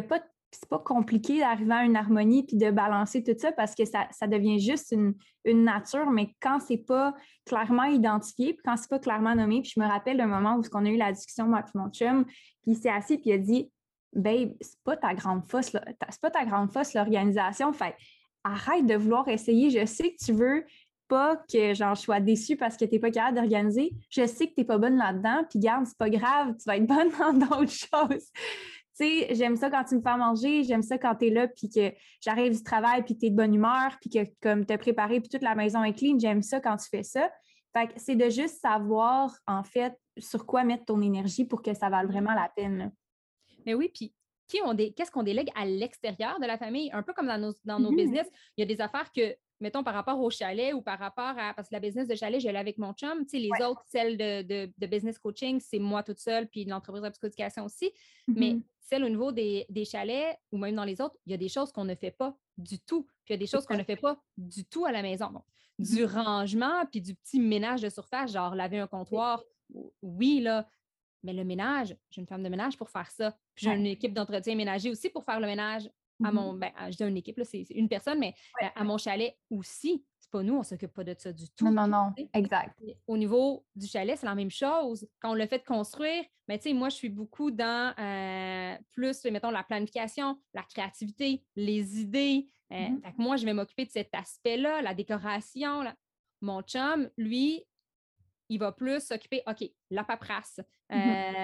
S2: c'est pas compliqué d'arriver à une harmonie puis de balancer tout ça parce que ça devient juste une nature, mais quand c'est pas clairement identifié, puis quand c'est pas clairement nommé, puis je me rappelle d'un moment où on a eu la discussion, moi et mon chum, puis il s'est assis puis il a dit « Babe, c'est pas ta grande force, c'est pas ta grande force l'organisation, fait arrête de vouloir essayer, je sais que tu veux pas que genre, je sois déçue parce que t'es pas capable d'organiser, je sais que t'es pas bonne là-dedans, puis garde, c'est pas grave, tu vas être bonne dans d'autres choses. » Tu sais, j'aime ça quand tu me fais manger, j'aime ça quand tu es là, puis que j'arrive du travail, puis tu es de bonne humeur, puis que comme tu as préparé, puis toute la maison est clean, j'aime ça quand tu fais ça. Fait que c'est de juste savoir, en fait, sur quoi mettre ton énergie pour que ça vale vraiment la peine. Là.
S3: Mais oui, puis qu'est-ce qu'on délègue à l'extérieur de la famille? Un peu comme dans nos business, il y a des affaires que, mettons, par rapport au chalet ou par rapport à, parce que la business de chalet, je l'ai avec mon chum, tu sais, les autres, celle de business coaching, c'est moi toute seule, puis l'entreprise de psychoéducation aussi. Mais celle au niveau des chalets ou même dans les autres, il y a des choses qu'on ne fait pas du tout. Puis il y a des choses qu'on ne fait pas du tout à la maison. Bon, du rangement, puis du petit ménage de surface, genre laver un comptoir, oui, là, mais le ménage, j'ai une femme de ménage pour faire ça. Puis j'ai une équipe d'entretien ménager aussi pour faire le ménage à mon. Je dis une équipe, là, c'est une personne, mais à mon chalet aussi. C'est pas nous, on ne s'occupe pas de ça du tout.
S2: Non, exact.
S3: Au niveau du chalet, c'est la même chose. Quand on l'a fait construire, mais tu sais, moi, je suis beaucoup dans plus, mettons, la planification, la créativité, les idées. Fait que moi, je vais m'occuper de cet aspect-là, la décoration. Là. Mon chum, lui, il va plus s'occuper, OK, la paperasse, tu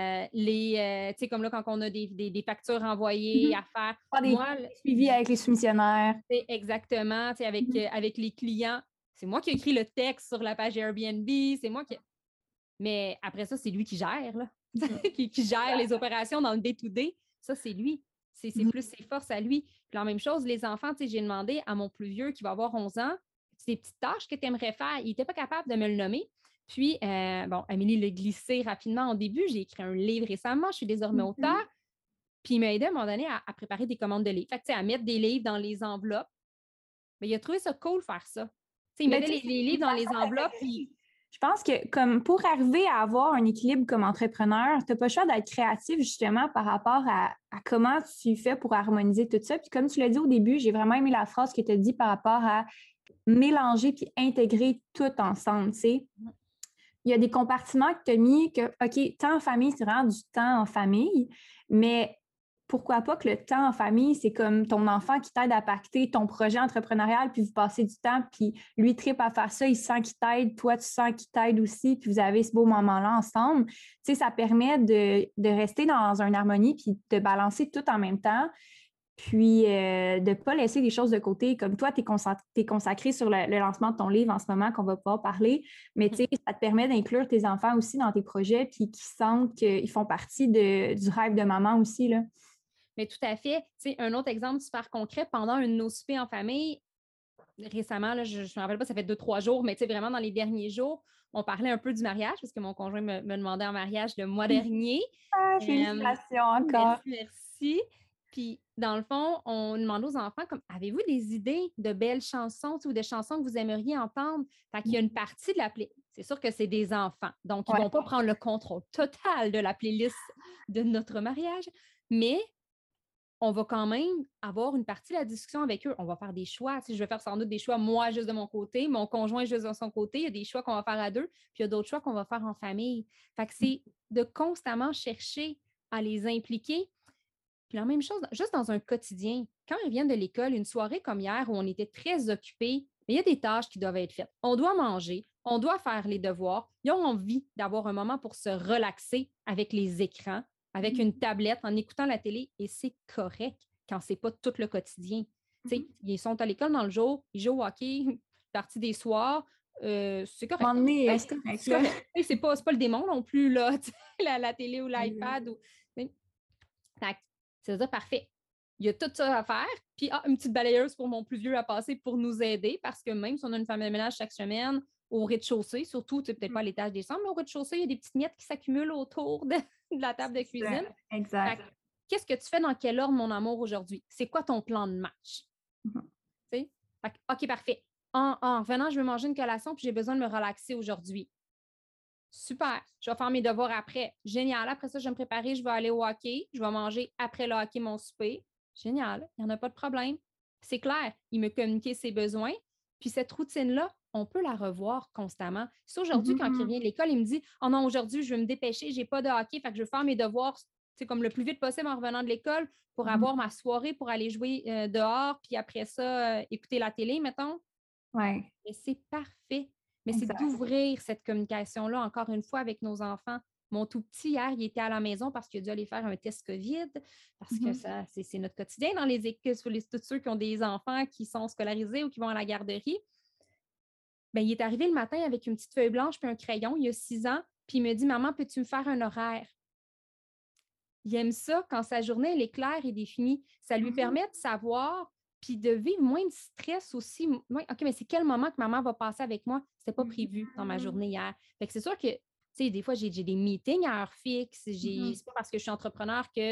S3: sais, comme là, quand on a des factures envoyées à faire.
S2: Moi, suivi avec les soumissionnaires.
S3: Exactement, tu sais, avec les clients. C'est moi qui ai écrit le texte sur la page Airbnb, c'est moi qui... Mais après ça, c'est lui qui gère, là. qui gère les opérations dans le day-to-day. Ça, c'est lui. C'est plus ses forces à lui. Puis la même chose, les enfants, tu sais, j'ai demandé à mon plus vieux qui va avoir 11 ans, c'est des petites tâches que tu aimerais faire. Il n'était pas capable de me le nommer. Puis, Amélie l'a glissé rapidement au début. J'ai écrit un livre récemment. Je suis désormais auteure. Puis, il m'a aidé à un moment donné à préparer des commandes de livres. Fait que, à mettre des livres dans les enveloppes. Mais il a trouvé ça cool faire ça. T'sais, il mettait les livres dans les enveloppes. Puis...
S2: Je pense que comme pour arriver à avoir un équilibre comme entrepreneur, tu n'as pas le choix d'être créatif justement par rapport à comment tu fais pour harmoniser tout ça. Puis comme tu l'as dit au début, j'ai vraiment aimé la phrase que tu as dit par rapport à mélanger puis intégrer tout ensemble. T'sais. Il y a des compartiments que tu as mis que, OK, temps en famille, c'est vraiment du temps en famille, mais pourquoi pas que le temps en famille, c'est comme ton enfant qui t'aide à pacter ton projet entrepreneurial, puis vous passez du temps, puis lui tripe à faire ça, il sent qu'il t'aide, toi, tu sens qu'il t'aide aussi, puis vous avez ce beau moment-là ensemble. Tu sais, ça permet de rester dans une harmonie, puis de balancer tout en même temps. Puis, de ne pas laisser des choses de côté. Comme toi, tu es consacré sur le lancement de ton livre en ce moment qu'on va pouvoir parler. Mais tu sais, ça te permet d'inclure tes enfants aussi dans tes projets puis qu'ils sentent qu'ils font partie du rêve de maman aussi. Là.
S3: Mais tout à fait. Tu sais, un autre exemple super concret, pendant un de nos soupers en famille, récemment, là, je ne me rappelle pas, ça fait 2-3 jours, mais tu sais, vraiment dans les derniers jours, on parlait un peu du mariage parce que mon conjoint me demandait en mariage le mois dernier.
S2: Ah, félicitations encore.
S3: Merci. Puis, dans le fond, on demande aux enfants, comme, avez-vous des idées de belles chansons ou de chansons que vous aimeriez entendre? Fait qu'il y a une partie de la playlist. C'est sûr que c'est des enfants, donc ils ne vont pas prendre le contrôle total de la playlist de notre mariage, mais on va quand même avoir une partie de la discussion avec eux. On va faire des choix. Tu sais, je vais faire sans doute des choix, moi, juste de mon côté, mon conjoint juste de son côté. Il y a des choix qu'on va faire à deux, puis il y a d'autres choix qu'on va faire en famille. Fait que c'est de constamment chercher à les impliquer. Puis la même chose, juste dans un quotidien, quand ils viennent de l'école, une soirée comme hier où on était très occupés, il y a des tâches qui doivent être faites. On doit manger, on doit faire les devoirs. Ils ont envie d'avoir un moment pour se relaxer avec les écrans, avec une tablette, en écoutant la télé, et c'est correct quand c'est pas tout le quotidien. Ils sont à l'école dans le jour, ils jouent au hockey, partie des soirs, c'est correct.
S2: C'est correct.
S3: C'est pas le démon non plus, là, la télé ou l'iPad. C'est-à-dire, parfait. Il y a tout ça à faire. Puis, une petite balayeuse pour mon plus vieux à passer pour nous aider, parce que même si on a une femme de ménage chaque semaine, au rez-de-chaussée, surtout, peut-être pas à l'étage des chambres, mais au rez-de-chaussée, il y a des petites miettes qui s'accumulent autour de la table de cuisine.
S2: Exact.
S3: Qu'est-ce que tu fais dans quel ordre, mon amour, aujourd'hui? C'est quoi ton plan de match? OK, parfait. En revenant, je veux manger une collation puis j'ai besoin de me relaxer aujourd'hui. Super. Je vais faire mes devoirs après. Génial. Après ça, je vais me préparer, je vais aller au hockey. Je vais manger après le hockey mon souper. Génial, il n'y en a pas de problème. C'est clair, il me communiquait ses besoins. Puis cette routine-là, on peut la revoir constamment. Si aujourd'hui, quand il revient de l'école, il me dit « Oh non, aujourd'hui, je vais me dépêcher, j'ai pas de hockey, fait que je vais faire mes devoirs comme le plus vite possible en revenant de l'école pour avoir ma soirée, pour aller jouer dehors, puis après ça, écouter la télé, mettons. »
S2: Ouais.
S3: Et c'est parfait. Mais
S2: Exact.
S3: c'est d'ouvrir cette communication-là, encore une fois, avec nos enfants. Mon tout petit, hier, il était à la maison parce qu'il a dû aller faire un test COVID, parce que c'est notre quotidien dans les écoles, tous ceux qui ont des enfants qui sont scolarisés ou qui vont à la garderie. Bien, il est arrivé le matin avec une petite feuille blanche puis un crayon, il y a 6 ans, puis il me dit « Maman, peux-tu me faire un horaire? » Il aime ça quand sa journée elle est claire et définie. Ça lui permet de savoir puis de vivre moins de stress aussi. OK, mais c'est quel moment que maman va passer avec moi? C'était pas prévu dans ma journée hier. Fait que c'est sûr que, tu sais, des fois, j'ai des meetings à heure fixe. C'est pas parce que je suis entrepreneur que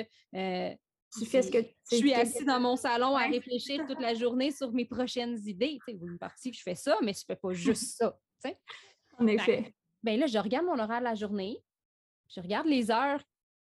S2: tu fais ce que
S3: je suis assise dans mon salon à réfléchir toute la journée sur mes prochaines idées. Tu sais, une partie que je fais ça, mais je fais pas juste ça. Tu sais.
S2: En effet.
S3: Ben là, je regarde mon horaire de la journée. Je regarde les heures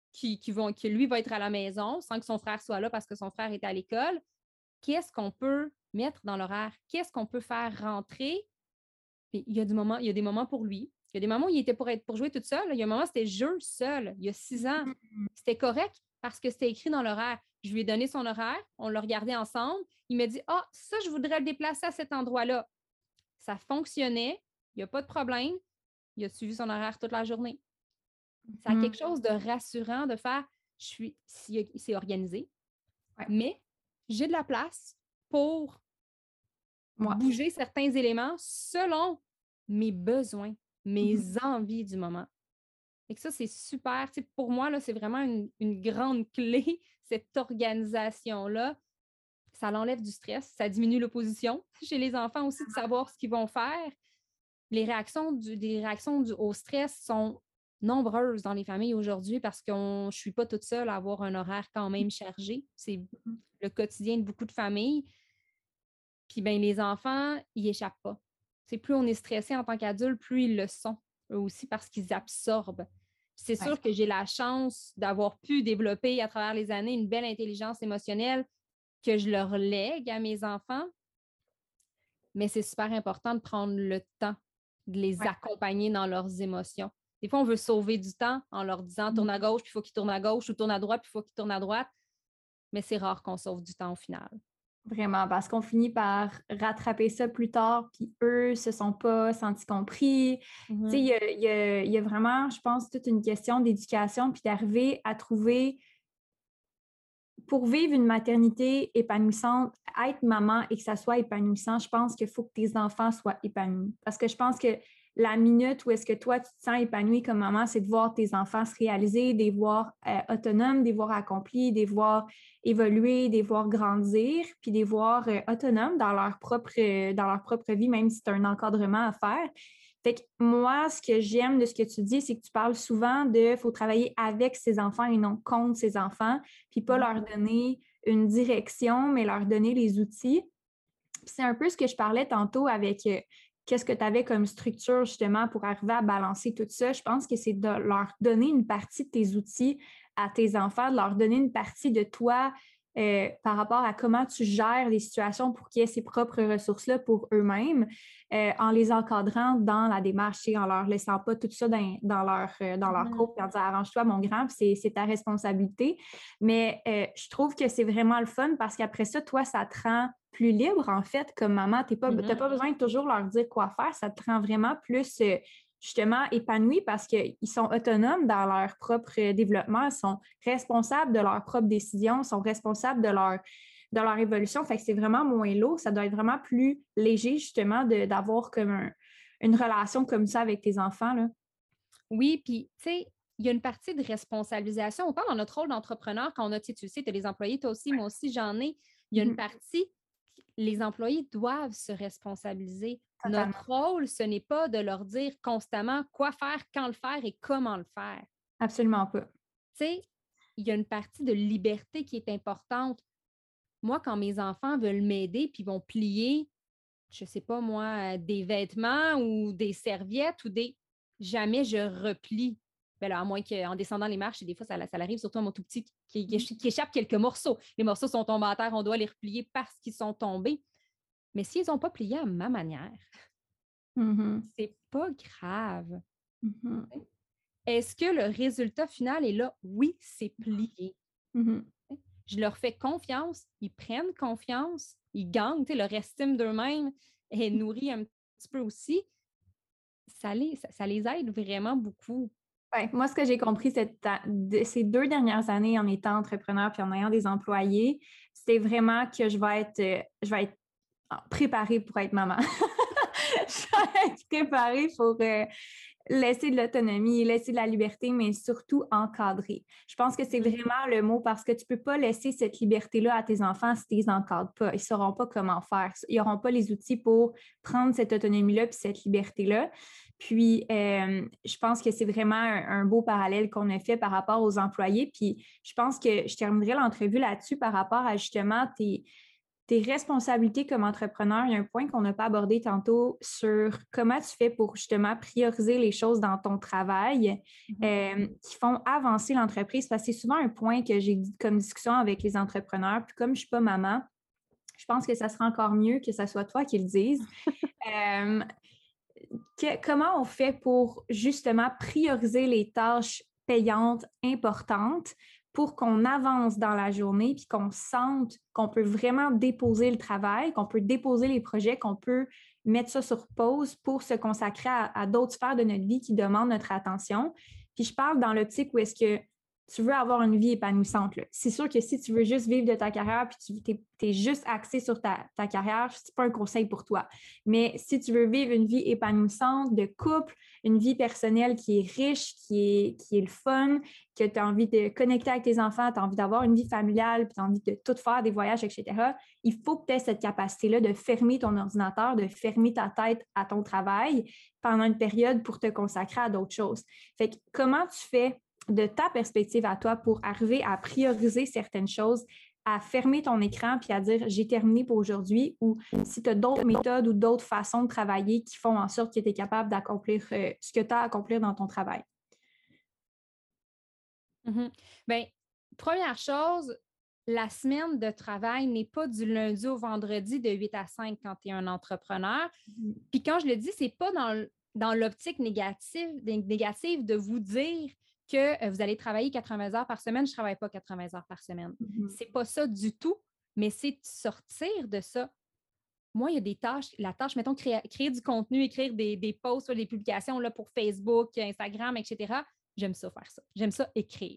S3: que lui va être à la maison sans que son frère soit là parce que son frère est à l'école. Qu'est-ce qu'on peut mettre dans l'horaire? Qu'est-ce qu'on peut faire rentrer? Puis, il y a des moments pour lui. Il y a des moments où il était pour jouer toute seule. Il y a un moment où c'était jeu seul. Il y a 6 ans. C'était correct parce que c'était écrit dans l'horaire. Je lui ai donné son horaire. On l'a regardé ensemble. Il m'a dit « Ah, ça, je voudrais le déplacer à cet endroit-là. » Ça fonctionnait. Il n'y a pas de problème. Il a suivi son horaire toute la journée. Ça a quelque chose de rassurant de faire c'est organisé, mais j'ai de la place pour bouger certains éléments selon mes besoins, mes envies du moment. Et que ça, c'est super. Tu sais, pour moi, là, c'est vraiment une grande clé, cette organisation-là. Ça l'enlève du stress, ça diminue l'opposition chez les enfants aussi de savoir ce qu'ils vont faire. Les réactions au stress sont nombreuses dans les familles aujourd'hui parce que je ne suis pas toute seule à avoir un horaire quand même chargé. C'est le quotidien de beaucoup de familles. Puis ben, les enfants, ils échappent pas. C'est plus on est stressé en tant qu'adulte, plus ils le sont, eux aussi, parce qu'ils absorbent. C'est sûr que j'ai la chance d'avoir pu développer à travers les années une belle intelligence émotionnelle que je leur lègue à mes enfants. Mais c'est super important de prendre le temps de les accompagner dans leurs émotions. Des fois, on veut sauver du temps en leur disant tourne à gauche, puis il faut qu'ils tournent à gauche, ou tourne à droite, puis il faut qu'ils tournent à droite. Mais c'est rare qu'on sauve du temps au final.
S2: Vraiment, parce qu'on finit par rattraper ça plus tard, puis eux se sont pas sentis compris. Tu sais, il y a vraiment, je pense, toute une question d'éducation, puis d'arriver à trouver, pour vivre une maternité épanouissante, être maman et que ça soit épanouissant, je pense qu'il faut que tes enfants soient épanouis. Parce que je pense que la minute où est-ce que toi, tu te sens épanoui comme maman, c'est de voir tes enfants se réaliser, de les voir autonomes, de les voir accomplis, de les voir évoluer, de les voir grandir, puis de les voir autonomes dans leur propre vie, même si c'est un encadrement à faire. Fait que moi, ce que j'aime de ce que tu dis, c'est que tu parles souvent de faut travailler avec ses enfants et non contre ses enfants, puis pas leur donner une direction, mais leur donner les outils. Puis c'est un peu ce que je parlais tantôt avec qu'est-ce que tu avais comme structure justement pour arriver à balancer tout ça. Je pense que c'est de leur donner une partie de tes outils à tes enfants, de leur donner une partie de toi par rapport à comment tu gères les situations pour qu'ils aient ces propres ressources-là pour eux-mêmes, en les encadrant dans la démarche, en leur laissant pas tout ça dans leur cours, puis en disant arrange-toi mon grand, c'est ta responsabilité. Mais je trouve que c'est vraiment le fun parce qu'après ça, toi, ça te rend plus libre, en fait, comme maman. Tu n'as pas besoin de toujours leur dire quoi faire. Ça te rend vraiment plus, justement, épanoui parce qu'ils sont autonomes dans leur propre développement, ils sont responsables de leurs propres décisions, sont responsables de leur évolution. Fait que c'est vraiment moins lourd. Ça doit être vraiment plus léger, justement, d'avoir comme une relation comme ça avec tes enfants, là.
S3: Oui, puis, tu sais, il y a une partie de responsabilisation. Autant dans notre rôle d'entrepreneur, quand on a, tu sais, tu as les employés, toi aussi, moi aussi, j'en ai. Il y a une partie, les employés doivent se responsabiliser.
S2: Totalement.
S3: Notre rôle, ce n'est pas de leur dire constamment quoi faire, quand le faire et comment le faire.
S2: Absolument pas.
S3: Tu sais, il y a une partie de liberté qui est importante. Moi, quand mes enfants veulent m'aider puis vont plier, je ne sais pas moi, des vêtements ou des serviettes ou des... Jamais je replie. Ben là, à moins qu'en descendant les marches, des fois, ça arrive, surtout à mon tout petit, qui échappe quelques morceaux. Les morceaux sont tombés à terre, on doit les replier parce qu'ils sont tombés. Mais s'ils n'ont pas plié à ma manière, c'est pas grave. Est-ce que le résultat final est là? Oui, c'est plié. Je leur fais confiance, ils prennent confiance, ils gagnent, leur estime d'eux-mêmes est nourrie un petit peu aussi. Ça les aide vraiment beaucoup.
S2: Ouais, moi, ce que j'ai compris ces 2 dernières années en étant entrepreneur puis en ayant des employés, c'est vraiment que je vais être préparée pour être maman. Je vais être préparée pour laisser de l'autonomie, laisser de la liberté, mais surtout encadrer. Je pense que c'est vraiment le mot parce que tu ne peux pas laisser cette liberté-là à tes enfants si tu ne les encadres pas. Ils ne sauront pas comment faire. Ils n'auront pas les outils pour prendre cette autonomie-là puis cette liberté-là. Puis, je pense que c'est vraiment un beau parallèle qu'on a fait par rapport aux employés. Puis, je pense que je terminerai l'entrevue là-dessus par rapport à justement tes responsabilités comme entrepreneur. Il y a un point qu'on n'a pas abordé tantôt sur comment tu fais pour justement prioriser les choses dans ton travail qui font avancer l'entreprise. Parce que c'est souvent un point que j'ai dit comme discussion avec les entrepreneurs. Puis comme je ne suis pas maman, je pense que ça sera encore mieux que ce soit toi qui le dise. Comment on fait pour justement prioriser les tâches payantes, importantes, pour qu'on avance dans la journée puis qu'on sente qu'on peut vraiment déposer le travail, qu'on peut déposer les projets, qu'on peut mettre ça sur pause pour se consacrer à d'autres sphères de notre vie qui demandent notre attention. Puis je parle dans l'optique où est-ce que tu veux avoir une vie épanouissante. C'est sûr que si tu veux juste vivre de ta carrière puis tu es juste axé sur ta carrière, c'est pas un conseil pour toi. Mais si tu veux vivre une vie épanouissante de couple, une vie personnelle qui est riche, qui est le fun, que tu as envie de connecter avec tes enfants, tu as envie d'avoir une vie familiale, puis tu as envie de tout faire, des voyages, etc., il faut que tu aies cette capacité-là de fermer ton ordinateur, de fermer ta tête à ton travail pendant une période pour te consacrer à d'autres choses. Fait que comment tu fais de ta perspective à toi pour arriver à prioriser certaines choses, à fermer ton écran puis à dire j'ai terminé pour aujourd'hui, ou si tu as d'autres méthodes ou d'autres façons de travailler qui font en sorte que tu es capable d'accomplir ce que tu as à accomplir dans ton travail?
S3: Bien, première chose, la semaine de travail n'est pas du lundi au vendredi de 8 à 5 quand tu es un entrepreneur. Puis quand je le dis, c'est pas dans l'optique négative de vous dire que vous allez travailler 80 heures par semaine. Je ne travaille pas 80 heures par semaine. C'est pas ça du tout, mais c'est de sortir de ça. Moi, il y a des tâches, mettons, créer du contenu, écrire des posts, des publications là, pour Facebook, Instagram, etc. J'aime ça faire ça. J'aime ça écrire.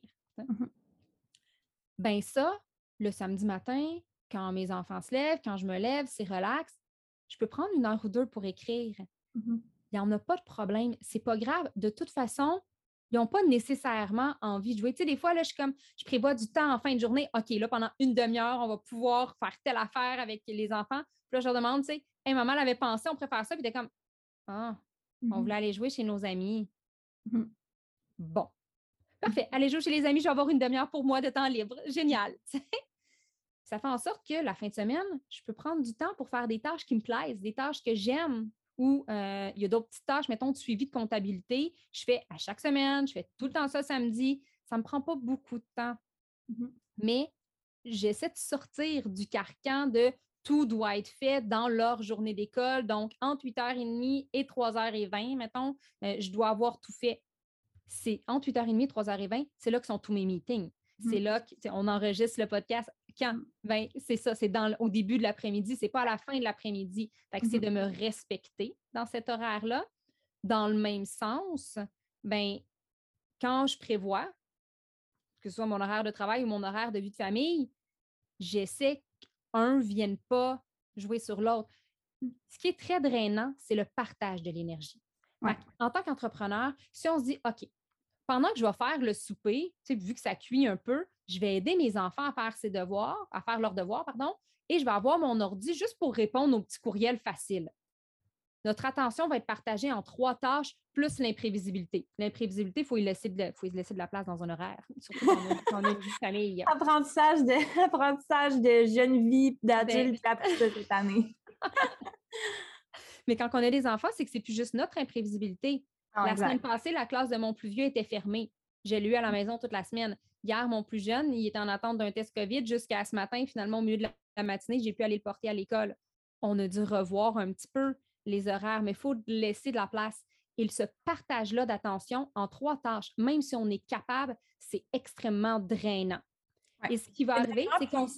S3: Ben ça, le samedi matin, quand mes enfants se lèvent, quand je me lève, c'est relax, je peux prendre 1 heure ou 2 pour écrire. Il n'y en a pas de problème. C'est pas grave. De toute façon, ils n'ont pas nécessairement envie de jouer. Tu sais, des fois, là, je prévois du temps en fin de journée. OK, là, pendant 1 demi-heure, on va pouvoir faire telle affaire avec les enfants. Puis là, je leur demande, tu sais, hey, maman l'avait pensé, on préfère ça. Puis t'es comme, on voulait aller jouer chez nos amis. Bon. Parfait. Aller jouer chez les amis, je vais avoir 1 demi-heure pour moi de temps libre. Génial. Ça fait en sorte que la fin de semaine, je peux prendre du temps pour faire des tâches qui me plaisent, des tâches que j'aime. Ou il y a d'autres petites tâches, mettons, de suivi de comptabilité. Je fais à chaque semaine, je fais tout le temps ça samedi. Ça ne me prend pas beaucoup de temps. Mais j'essaie de sortir du carcan de tout doit être fait dans leur journée d'école. Donc, entre 8h30 et 3h20, mettons, je dois avoir tout fait. C'est entre 8h30 et 3h20, c'est là que sont tous mes meetings. C'est là qu'on enregistre le podcast. Quand? Ben, c'est ça, c'est au début de l'après-midi, c'est pas à la fin de l'après-midi. Fait que c'est de me respecter dans cet horaire-là. Dans le même sens, ben, quand je prévois, que ce soit mon horaire de travail ou mon horaire de vie de famille, j'essaie qu'un ne vienne pas jouer sur l'autre. Ce qui est très drainant, c'est le partage de l'énergie. En tant qu'entrepreneur, si on se dit, OK, pendant que je vais faire le souper, vu que ça cuit un peu, je vais aider mes enfants à faire leurs devoirs, et je vais avoir mon ordi juste pour répondre aux petits courriels faciles. Notre attention va être partagée en 3 tâches plus l'imprévisibilité. L'imprévisibilité, il faut y laisser de la place dans un horaire, surtout quand on a une vie de famille.
S2: Apprentissage de jeune vie, d'adulte, après ça cette année.
S3: Mais quand on a des enfants, c'est que c'est plus juste notre imprévisibilité. La semaine passée, la classe de mon plus vieux était fermée. Je l'ai eu à la maison toute la semaine. Hier, mon plus jeune, il était en attente d'un test COVID jusqu'à ce matin. Finalement, au milieu de la matinée, j'ai pu aller le porter à l'école. On a dû revoir un petit peu les horaires, mais il faut laisser de la place. Et ce partage-là d'attention en 3 tâches, même si on est capable, c'est extrêmement drainant. Ouais. Et ce qui va arriver, c'est qu'on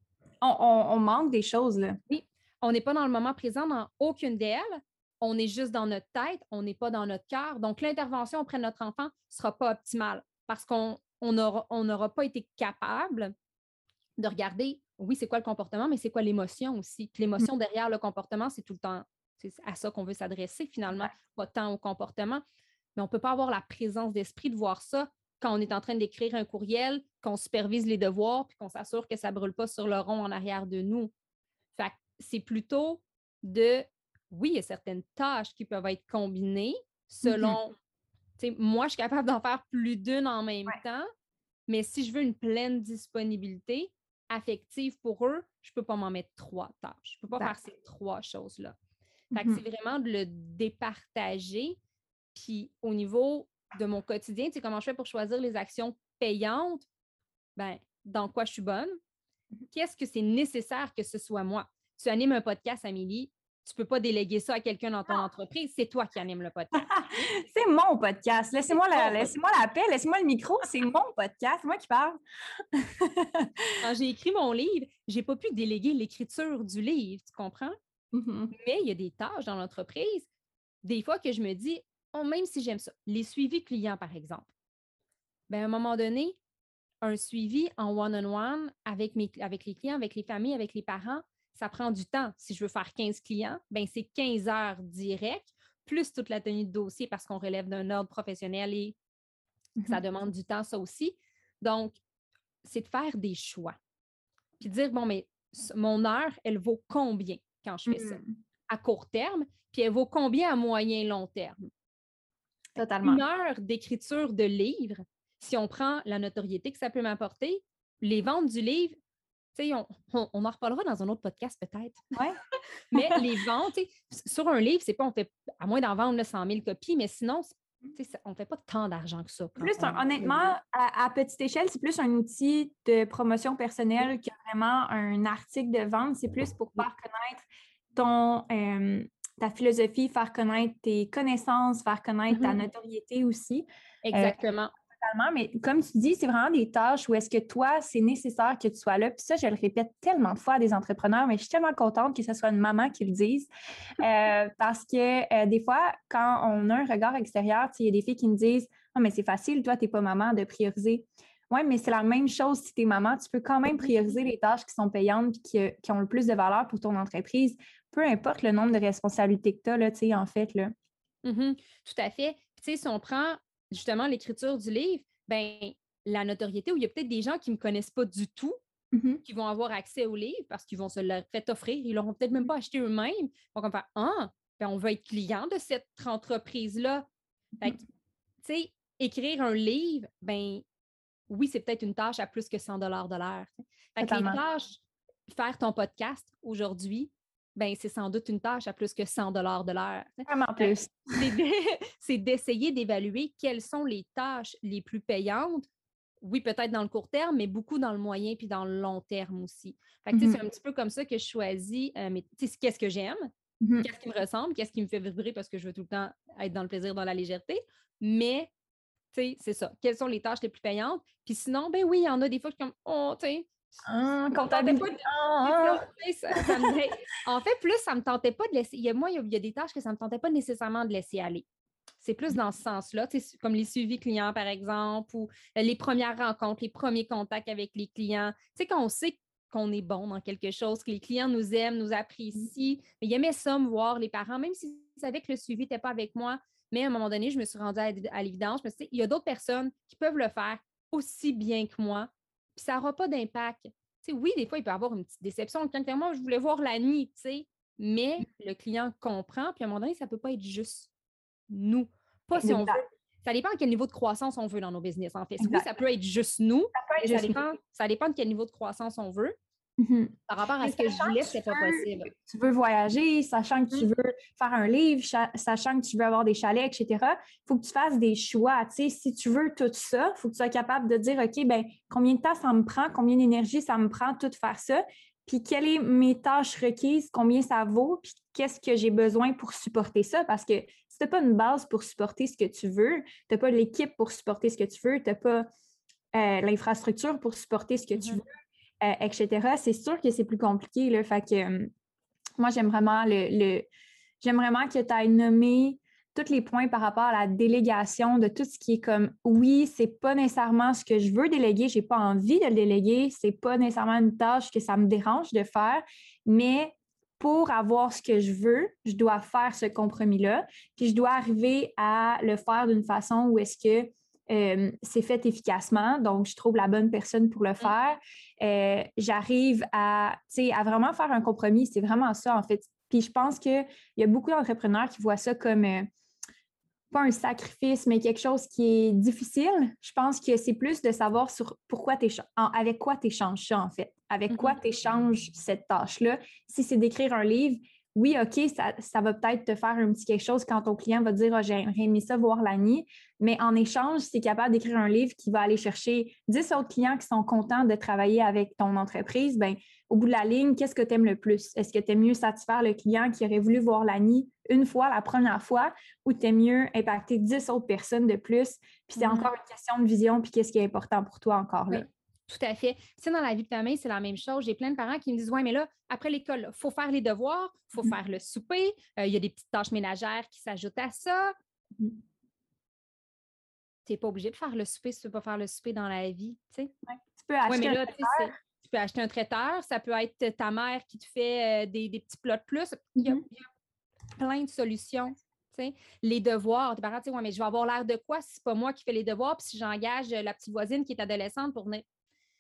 S2: on manque des choses, là.
S3: Oui, on n'est pas dans le moment présent dans aucune d'elles. On est juste dans notre tête, on n'est pas dans notre cœur. Donc, l'intervention auprès de notre enfant ne sera pas optimale parce qu'on n'aura pas été capable de regarder, oui, c'est quoi le comportement, mais c'est quoi l'émotion aussi. Puis l'émotion derrière le comportement, c'est tout le temps, c'est à ça qu'on veut s'adresser finalement, pas tant au comportement. Mais on ne peut pas avoir la présence d'esprit de voir ça quand on est en train d'écrire un courriel, qu'on supervise les devoirs, puis qu'on s'assure que ça ne brûle pas sur le rond en arrière de nous. Fait que c'est plutôt oui, il y a certaines tâches qui peuvent être combinées selon, moi, je suis capable d'en faire plus d'une en même temps, mais si je veux une pleine disponibilité affective pour eux, je ne peux pas m'en mettre 3 tâches. Je ne peux pas faire ces 3 choses-là. Fait que c'est vraiment de le départager. Puis au niveau de mon quotidien, tu sais, comment je fais pour choisir les actions payantes? Ben, dans quoi je suis bonne? Qu'est-ce que c'est nécessaire que ce soit moi? Tu animes un podcast, Amélie, tu ne peux pas déléguer ça à quelqu'un dans ton entreprise, c'est toi qui animes le podcast.
S2: C'est mon podcast. Laissez-moi la paix, laissez-moi le micro, c'est mon podcast, c'est moi qui parle.
S3: Quand j'ai écrit mon livre, je n'ai pas pu déléguer l'écriture du livre, tu comprends? Mais il y a des tâches dans l'entreprise, des fois que je me dis, même si j'aime ça, les suivis clients, par exemple. Ben, à un moment donné, un suivi en one-on-one avec les clients, avec les familles, avec les parents, ça prend du temps. Si je veux faire 15 clients, ben c'est 15 heures directes, plus toute la tenue de dossier parce qu'on relève d'un ordre professionnel et ça demande du temps, ça aussi. Donc, c'est de faire des choix. Puis de dire, bon, mais mon heure, elle vaut combien quand je fais ça? À court terme, puis elle vaut combien à moyen long terme?
S2: Totalement.
S3: Une heure d'écriture de livre, si on prend la notoriété que ça peut m'apporter, les ventes du livre, on en reparlera dans un autre podcast peut-être.
S2: Ouais.
S3: Mais les ventes, sur un livre, c'est pas, on fait, à moins d'en vendre 100 000 copies, mais sinon, on ne fait pas tant d'argent que ça.
S2: Honnêtement, à petite échelle, c'est plus un outil de promotion personnelle que vraiment un article de vente. C'est plus pour faire connaître ta philosophie, faire connaître tes connaissances, faire connaître ta notoriété aussi.
S3: Exactement.
S2: Totalement, mais comme tu dis, c'est vraiment des tâches où est-ce que toi, c'est nécessaire que tu sois là. Puis ça, je le répète tellement de fois à des entrepreneurs, mais je suis tellement contente que ce soit une maman qui le dise. Parce que des fois, quand on a un regard extérieur, il y a des filles qui me disent « Ah, mais c'est facile, toi, tu n'es pas maman de prioriser. » Oui, mais c'est la même chose si tu es maman. Tu peux quand même prioriser les tâches qui sont payantes et qui ont le plus de valeur pour ton entreprise, peu importe le nombre de responsabilités que tu as, là, en fait. Là.
S3: Tout à fait. Puis, si on prend justement l'écriture du livre, ben la notoriété où il y a peut-être des gens qui ne me connaissent pas du tout, qui vont avoir accès au livre parce qu'ils vont se le faire offrir. Ils ne l'auront peut-être même pas acheté eux-mêmes. Ils vont faire « Ah, ben on veut être client de cette entreprise-là. » Fait que, tu sais, écrire un livre, ben oui, c'est peut-être une tâche à plus que 100 $ de l'heure. Fait que les tâches, faire ton podcast aujourd'hui, ben c'est sans doute une tâche à plus que 100 $ de l'heure.
S2: Vraiment plus.
S3: C'est d'essayer d'évaluer quelles sont les tâches les plus payantes. Oui, peut-être dans le court terme, mais beaucoup dans le moyen puis dans le long terme aussi. Fait que, c'est un petit peu comme ça que je choisis qu'est-ce que j'aime, qu'est-ce qui me ressemble, qu'est-ce qui me fait vibrer parce que je veux tout le temps être dans le plaisir, dans la légèreté. Mais, c'est ça. Quelles sont les tâches les plus payantes? Puis sinon, ben oui, il y en a des fois que je suis comme,
S2: comptabilité.
S3: En fait, plus ça ne me tentait pas de laisser. Il y a des tâches que ça ne me tentait pas nécessairement de laisser aller. C'est plus dans ce sens-là, comme les suivis clients, par exemple, ou les premières rencontres, les premiers contacts avec les clients. Quand on sait qu'on est bon dans quelque chose, que les clients nous aiment, nous apprécient. Mais ils aimaient ça, me voir, les parents, même s'ils savaient que le suivi n'était pas avec moi. Mais à un moment donné, je me suis rendue à l'évidence. Il y a d'autres personnes qui peuvent le faire aussi bien que moi. Puis ça n'aura pas d'impact. Oui, des fois, il peut y avoir une petite déception. Quand moi, je voulais voir la nuit, mais le client comprend. Puis à un moment donné, ça ne peut pas être juste nous. Pas si on veut. Ça dépend de quel niveau de croissance on veut dans nos business, en fait. Oui, ça peut être juste nous. Ça dépend de quel niveau de croissance on veut. Par rapport à
S2: Mais
S3: ce que je voulais, c'est pas possible.
S2: tu veux voyager, sachant que tu veux faire un livre, sachant que tu veux avoir des chalets, etc., il faut que tu fasses des choix. Tu sais, si tu veux tout ça, il faut que tu sois capable de dire, OK, ben combien de temps ça me prend, combien d'énergie ça me prend tout faire ça, puis quelles sont mes tâches requises, combien ça vaut, puis qu'est-ce que j'ai besoin pour supporter ça. Parce que si tu n'as pas une base pour supporter ce que tu veux, tu n'as pas l'équipe pour supporter ce que tu veux, tu n'as pas l'infrastructure pour supporter ce que tu veux, etc., c'est sûr que c'est plus compliqué. Là. Fait que moi, j'aime vraiment j'aime vraiment que tu aies nommé tous les points par rapport à la délégation de tout ce qui est comme oui, c'est pas nécessairement ce que je veux déléguer, j'ai pas envie de le déléguer, c'est pas nécessairement une tâche que ça me dérange de faire, mais pour avoir ce que je veux, je dois faire ce compromis-là, puis je dois arriver à le faire d'une façon où est-ce que c'est fait efficacement, donc je trouve la bonne personne pour le faire. J'arrive à vraiment faire un compromis, c'est vraiment ça en fait. Puis je pense qu'il y a beaucoup d'entrepreneurs qui voient ça comme pas un sacrifice, mais quelque chose qui est difficile. Je pense que c'est plus de savoir sur avec quoi tu échanges ça en fait, avec quoi tu échanges cette tâche-là. Si c'est d'écrire un livre, oui, OK, ça va peut-être te faire un petit quelque chose quand ton client va te dire j'aimerais aimé ça voir l'année, mais en échange, si tu es capable d'écrire un livre qui va aller chercher 10 autres clients qui sont contents de travailler avec ton entreprise, ben au bout de la ligne, qu'est-ce que tu aimes le plus? Est-ce que tu aimes mieux satisfaire le client qui aurait voulu voir l'année une fois, la première fois, ou tu aimes mieux impacter 10 autres personnes de plus? Puis c'est encore une question de vision, puis qu'est-ce qui est important pour toi encore là?
S3: Oui. Tout à fait. C'est dans la vie de famille, c'est la même chose. J'ai plein de parents qui me disent ouais, mais là, après l'école, il faut faire les devoirs, il faut faire le souper, il y a des petites tâches ménagères qui s'ajoutent à ça. Tu n'es pas obligé de faire le souper si tu ne veux pas faire le souper dans la vie. Tu sais.
S2: Ouais. Tu peux acheter un traiteur.
S3: Tu peux acheter un traiteur, ça peut être ta mère qui te fait des petits plats de plus. Il y a plein de solutions. Tu sais. Les devoirs, tes parents disent ouais, mais je vais avoir l'air de quoi si ce n'est pas moi qui fais les devoirs, puis si j'engage la petite voisine qui est adolescente pour venir.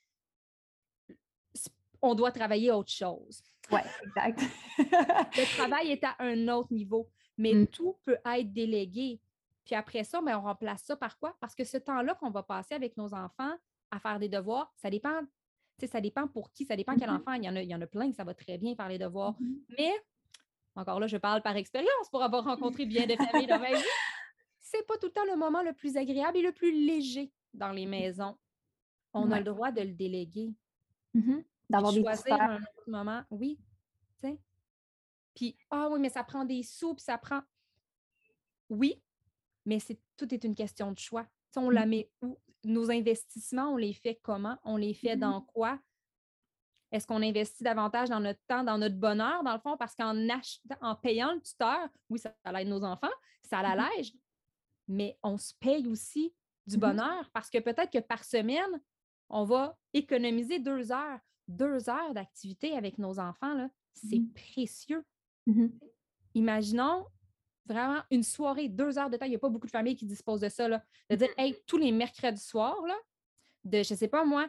S3: On doit travailler autre chose.
S2: Oui, exact.
S3: Le travail est à un autre niveau, mais tout peut être délégué. Puis après ça, on remplace ça par quoi? Parce que ce temps-là qu'on va passer avec nos enfants à faire des devoirs, ça dépend. Ça dépend pour qui, ça dépend quel enfant. Il y en a plein que ça va très bien faire les devoirs. Mais, encore là, je parle par expérience pour avoir rencontré bien des familles dans ma vie. C'est pas tout le temps le moment le plus agréable et le plus léger dans les maisons. On a le droit de le déléguer.
S2: D'avoir des
S3: choisir un autre moment. Oui. T'sais. Puis, oui, mais ça prend des sous, puis ça prend. Oui, mais tout est une question de choix. T'sais, on la met où? Nos investissements, on les fait comment? On les fait dans quoi? Est-ce qu'on investit davantage dans notre temps, dans notre bonheur, dans le fond, parce en payant le tuteur, oui, ça l'aide nos enfants, ça l'allège, mais on se paye aussi du bonheur parce que peut-être que par semaine, on va économiser 2 heures. 2 heures d'activité avec nos enfants, là, c'est précieux. Imaginons vraiment une soirée, 2 heures de temps. Il n'y a pas beaucoup de familles qui disposent de ça. Là, de dire, hey, tous les mercredis soirs, là, de, je ne sais pas moi,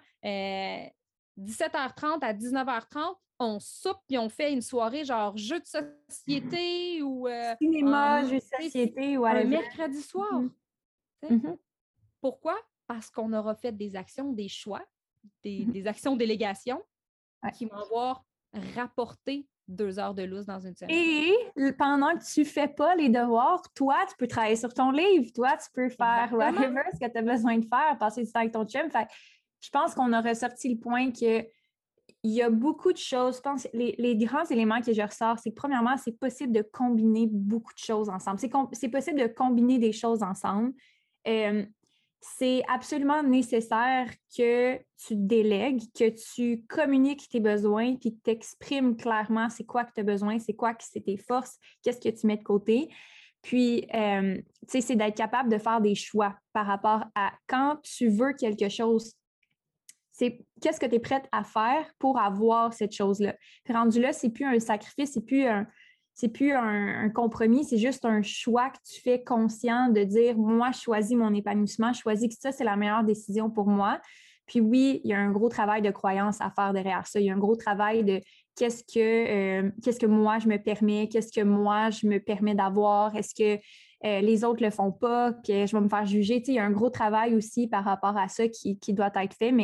S3: 17h30 à 19h30, on soupe puis on fait une soirée genre jeu de société ou
S2: cinéma, jeu de société ou
S3: un mercredi soir. Pourquoi? Parce qu'on aura fait des actions, des choix, des actions délégation qui vont avoir rapporté 2 heures de lousse dans une semaine.
S2: Et pendant que tu ne fais pas les devoirs, toi, tu peux travailler sur ton livre. Toi, tu peux faire whatever ce que tu as besoin de faire, passer du temps avec ton chum. Fait, je pense qu'on a ressorti le point qu'il y a beaucoup de choses. Je pense que les grands éléments que je ressors, c'est que premièrement, c'est possible de combiner beaucoup de choses ensemble. C'est possible de combiner des choses ensemble. C'est absolument nécessaire que tu délègues, que tu communiques tes besoins, puis que tu exprimes clairement c'est quoi que tu as besoin, c'est quoi que c'est tes forces, qu'est-ce que tu mets de côté. Puis, tu sais, c'est d'être capable de faire des choix par rapport à quand tu veux quelque chose. C'est qu'est-ce que tu es prête à faire pour avoir cette chose-là. Puis rendu là, c'est plus un sacrifice, c'est plus un compromis, c'est juste un choix que tu fais conscient de dire, moi, je choisis mon épanouissement, je choisis que ça, c'est la meilleure décision pour moi. Puis oui, il y a un gros travail de croyance à faire derrière ça. Il y a un gros travail de qu'est-ce que moi, je me permets, qu'est-ce que moi, je me permets d'avoir, est-ce que les autres le font pas, que je vais me faire juger. Tu sais, il y a un gros travail aussi par rapport à ça qui doit être fait, mais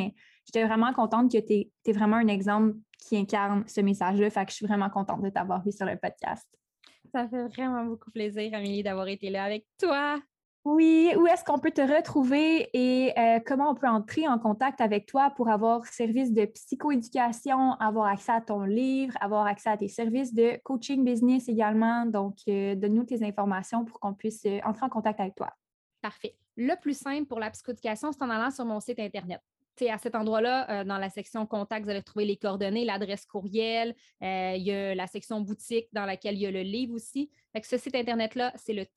S2: j'étais vraiment contente que tu es vraiment un exemple qui incarne ce message-là. Fait que je suis vraiment contente de t'avoir vu sur le podcast.
S3: Ça fait vraiment beaucoup plaisir, Amélie, d'avoir été là avec toi.
S2: Oui, où est-ce qu'on peut te retrouver et comment on peut entrer en contact avec toi pour avoir service de psychoéducation, avoir accès à ton livre, avoir accès à tes services de coaching business également. Donc, donne-nous tes informations pour qu'on puisse entrer en contact avec toi.
S3: Parfait. Le plus simple pour la psychoéducation, c'est en allant sur mon site Internet. T'sais, à cet endroit-là, dans la section contact, vous allez trouver les coordonnées, l'adresse courriel. Il y a la section boutique dans laquelle il y a le livre aussi. Fait que ce site Internet-là, c'est le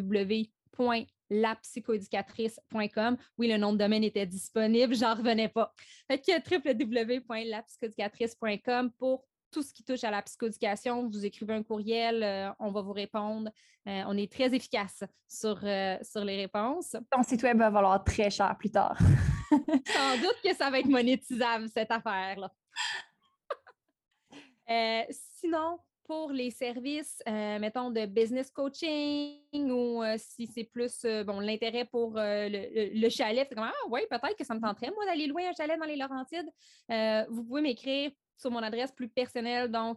S3: www.lapsychoéducatrice.com. Oui, le nom de domaine était disponible, j'en revenais pas. Fait que www.lapsychoéducatrice.com pour tout ce qui touche à la psychoéducation. Vous écrivez un courriel, on va vous répondre. On est très efficace sur les réponses.
S2: Ton site web va valoir très cher plus tard.
S3: Sans doute que ça va être monétisable, cette affaire-là. Sinon, pour les services, mettons, de business coaching ou si c'est plus l'intérêt pour le chalet, c'est comme « Ah oui, peut-être que ça me tenterait, moi, d'aller louer un chalet dans les Laurentides. » Vous pouvez m'écrire sur mon adresse plus personnelle, donc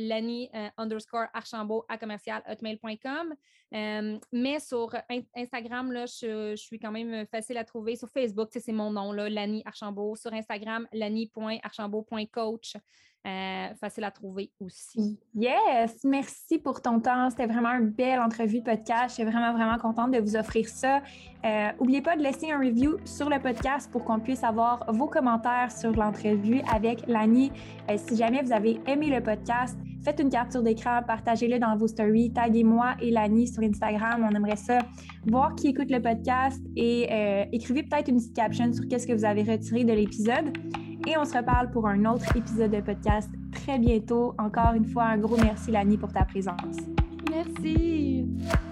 S3: Lani_Archambault@commercial-hotmail.com. Mais sur Instagram, là, je suis quand même facile à trouver. Sur Facebook, c'est mon nom, là, Lani Archambault. Sur Instagram, lani.archambault.coach. Facile à trouver aussi.
S2: Yes! Merci pour ton temps. C'était vraiment une belle entrevue de podcast. Je suis vraiment, vraiment contente de vous offrir ça. N'oubliez pas de laisser un review sur le podcast pour qu'on puisse avoir vos commentaires sur l'entrevue avec Lani. Si jamais vous avez aimé le podcast, faites une capture d'écran, partagez-le dans vos stories, taguez-moi et Lani sur Instagram. On aimerait ça voir qui écoute le podcast et écrivez peut-être une petite caption sur qu'est-ce que vous avez retiré de l'épisode. Et on se reparle pour un autre épisode de podcast très bientôt. Encore une fois, un gros merci, Lani, pour ta présence.
S3: Merci!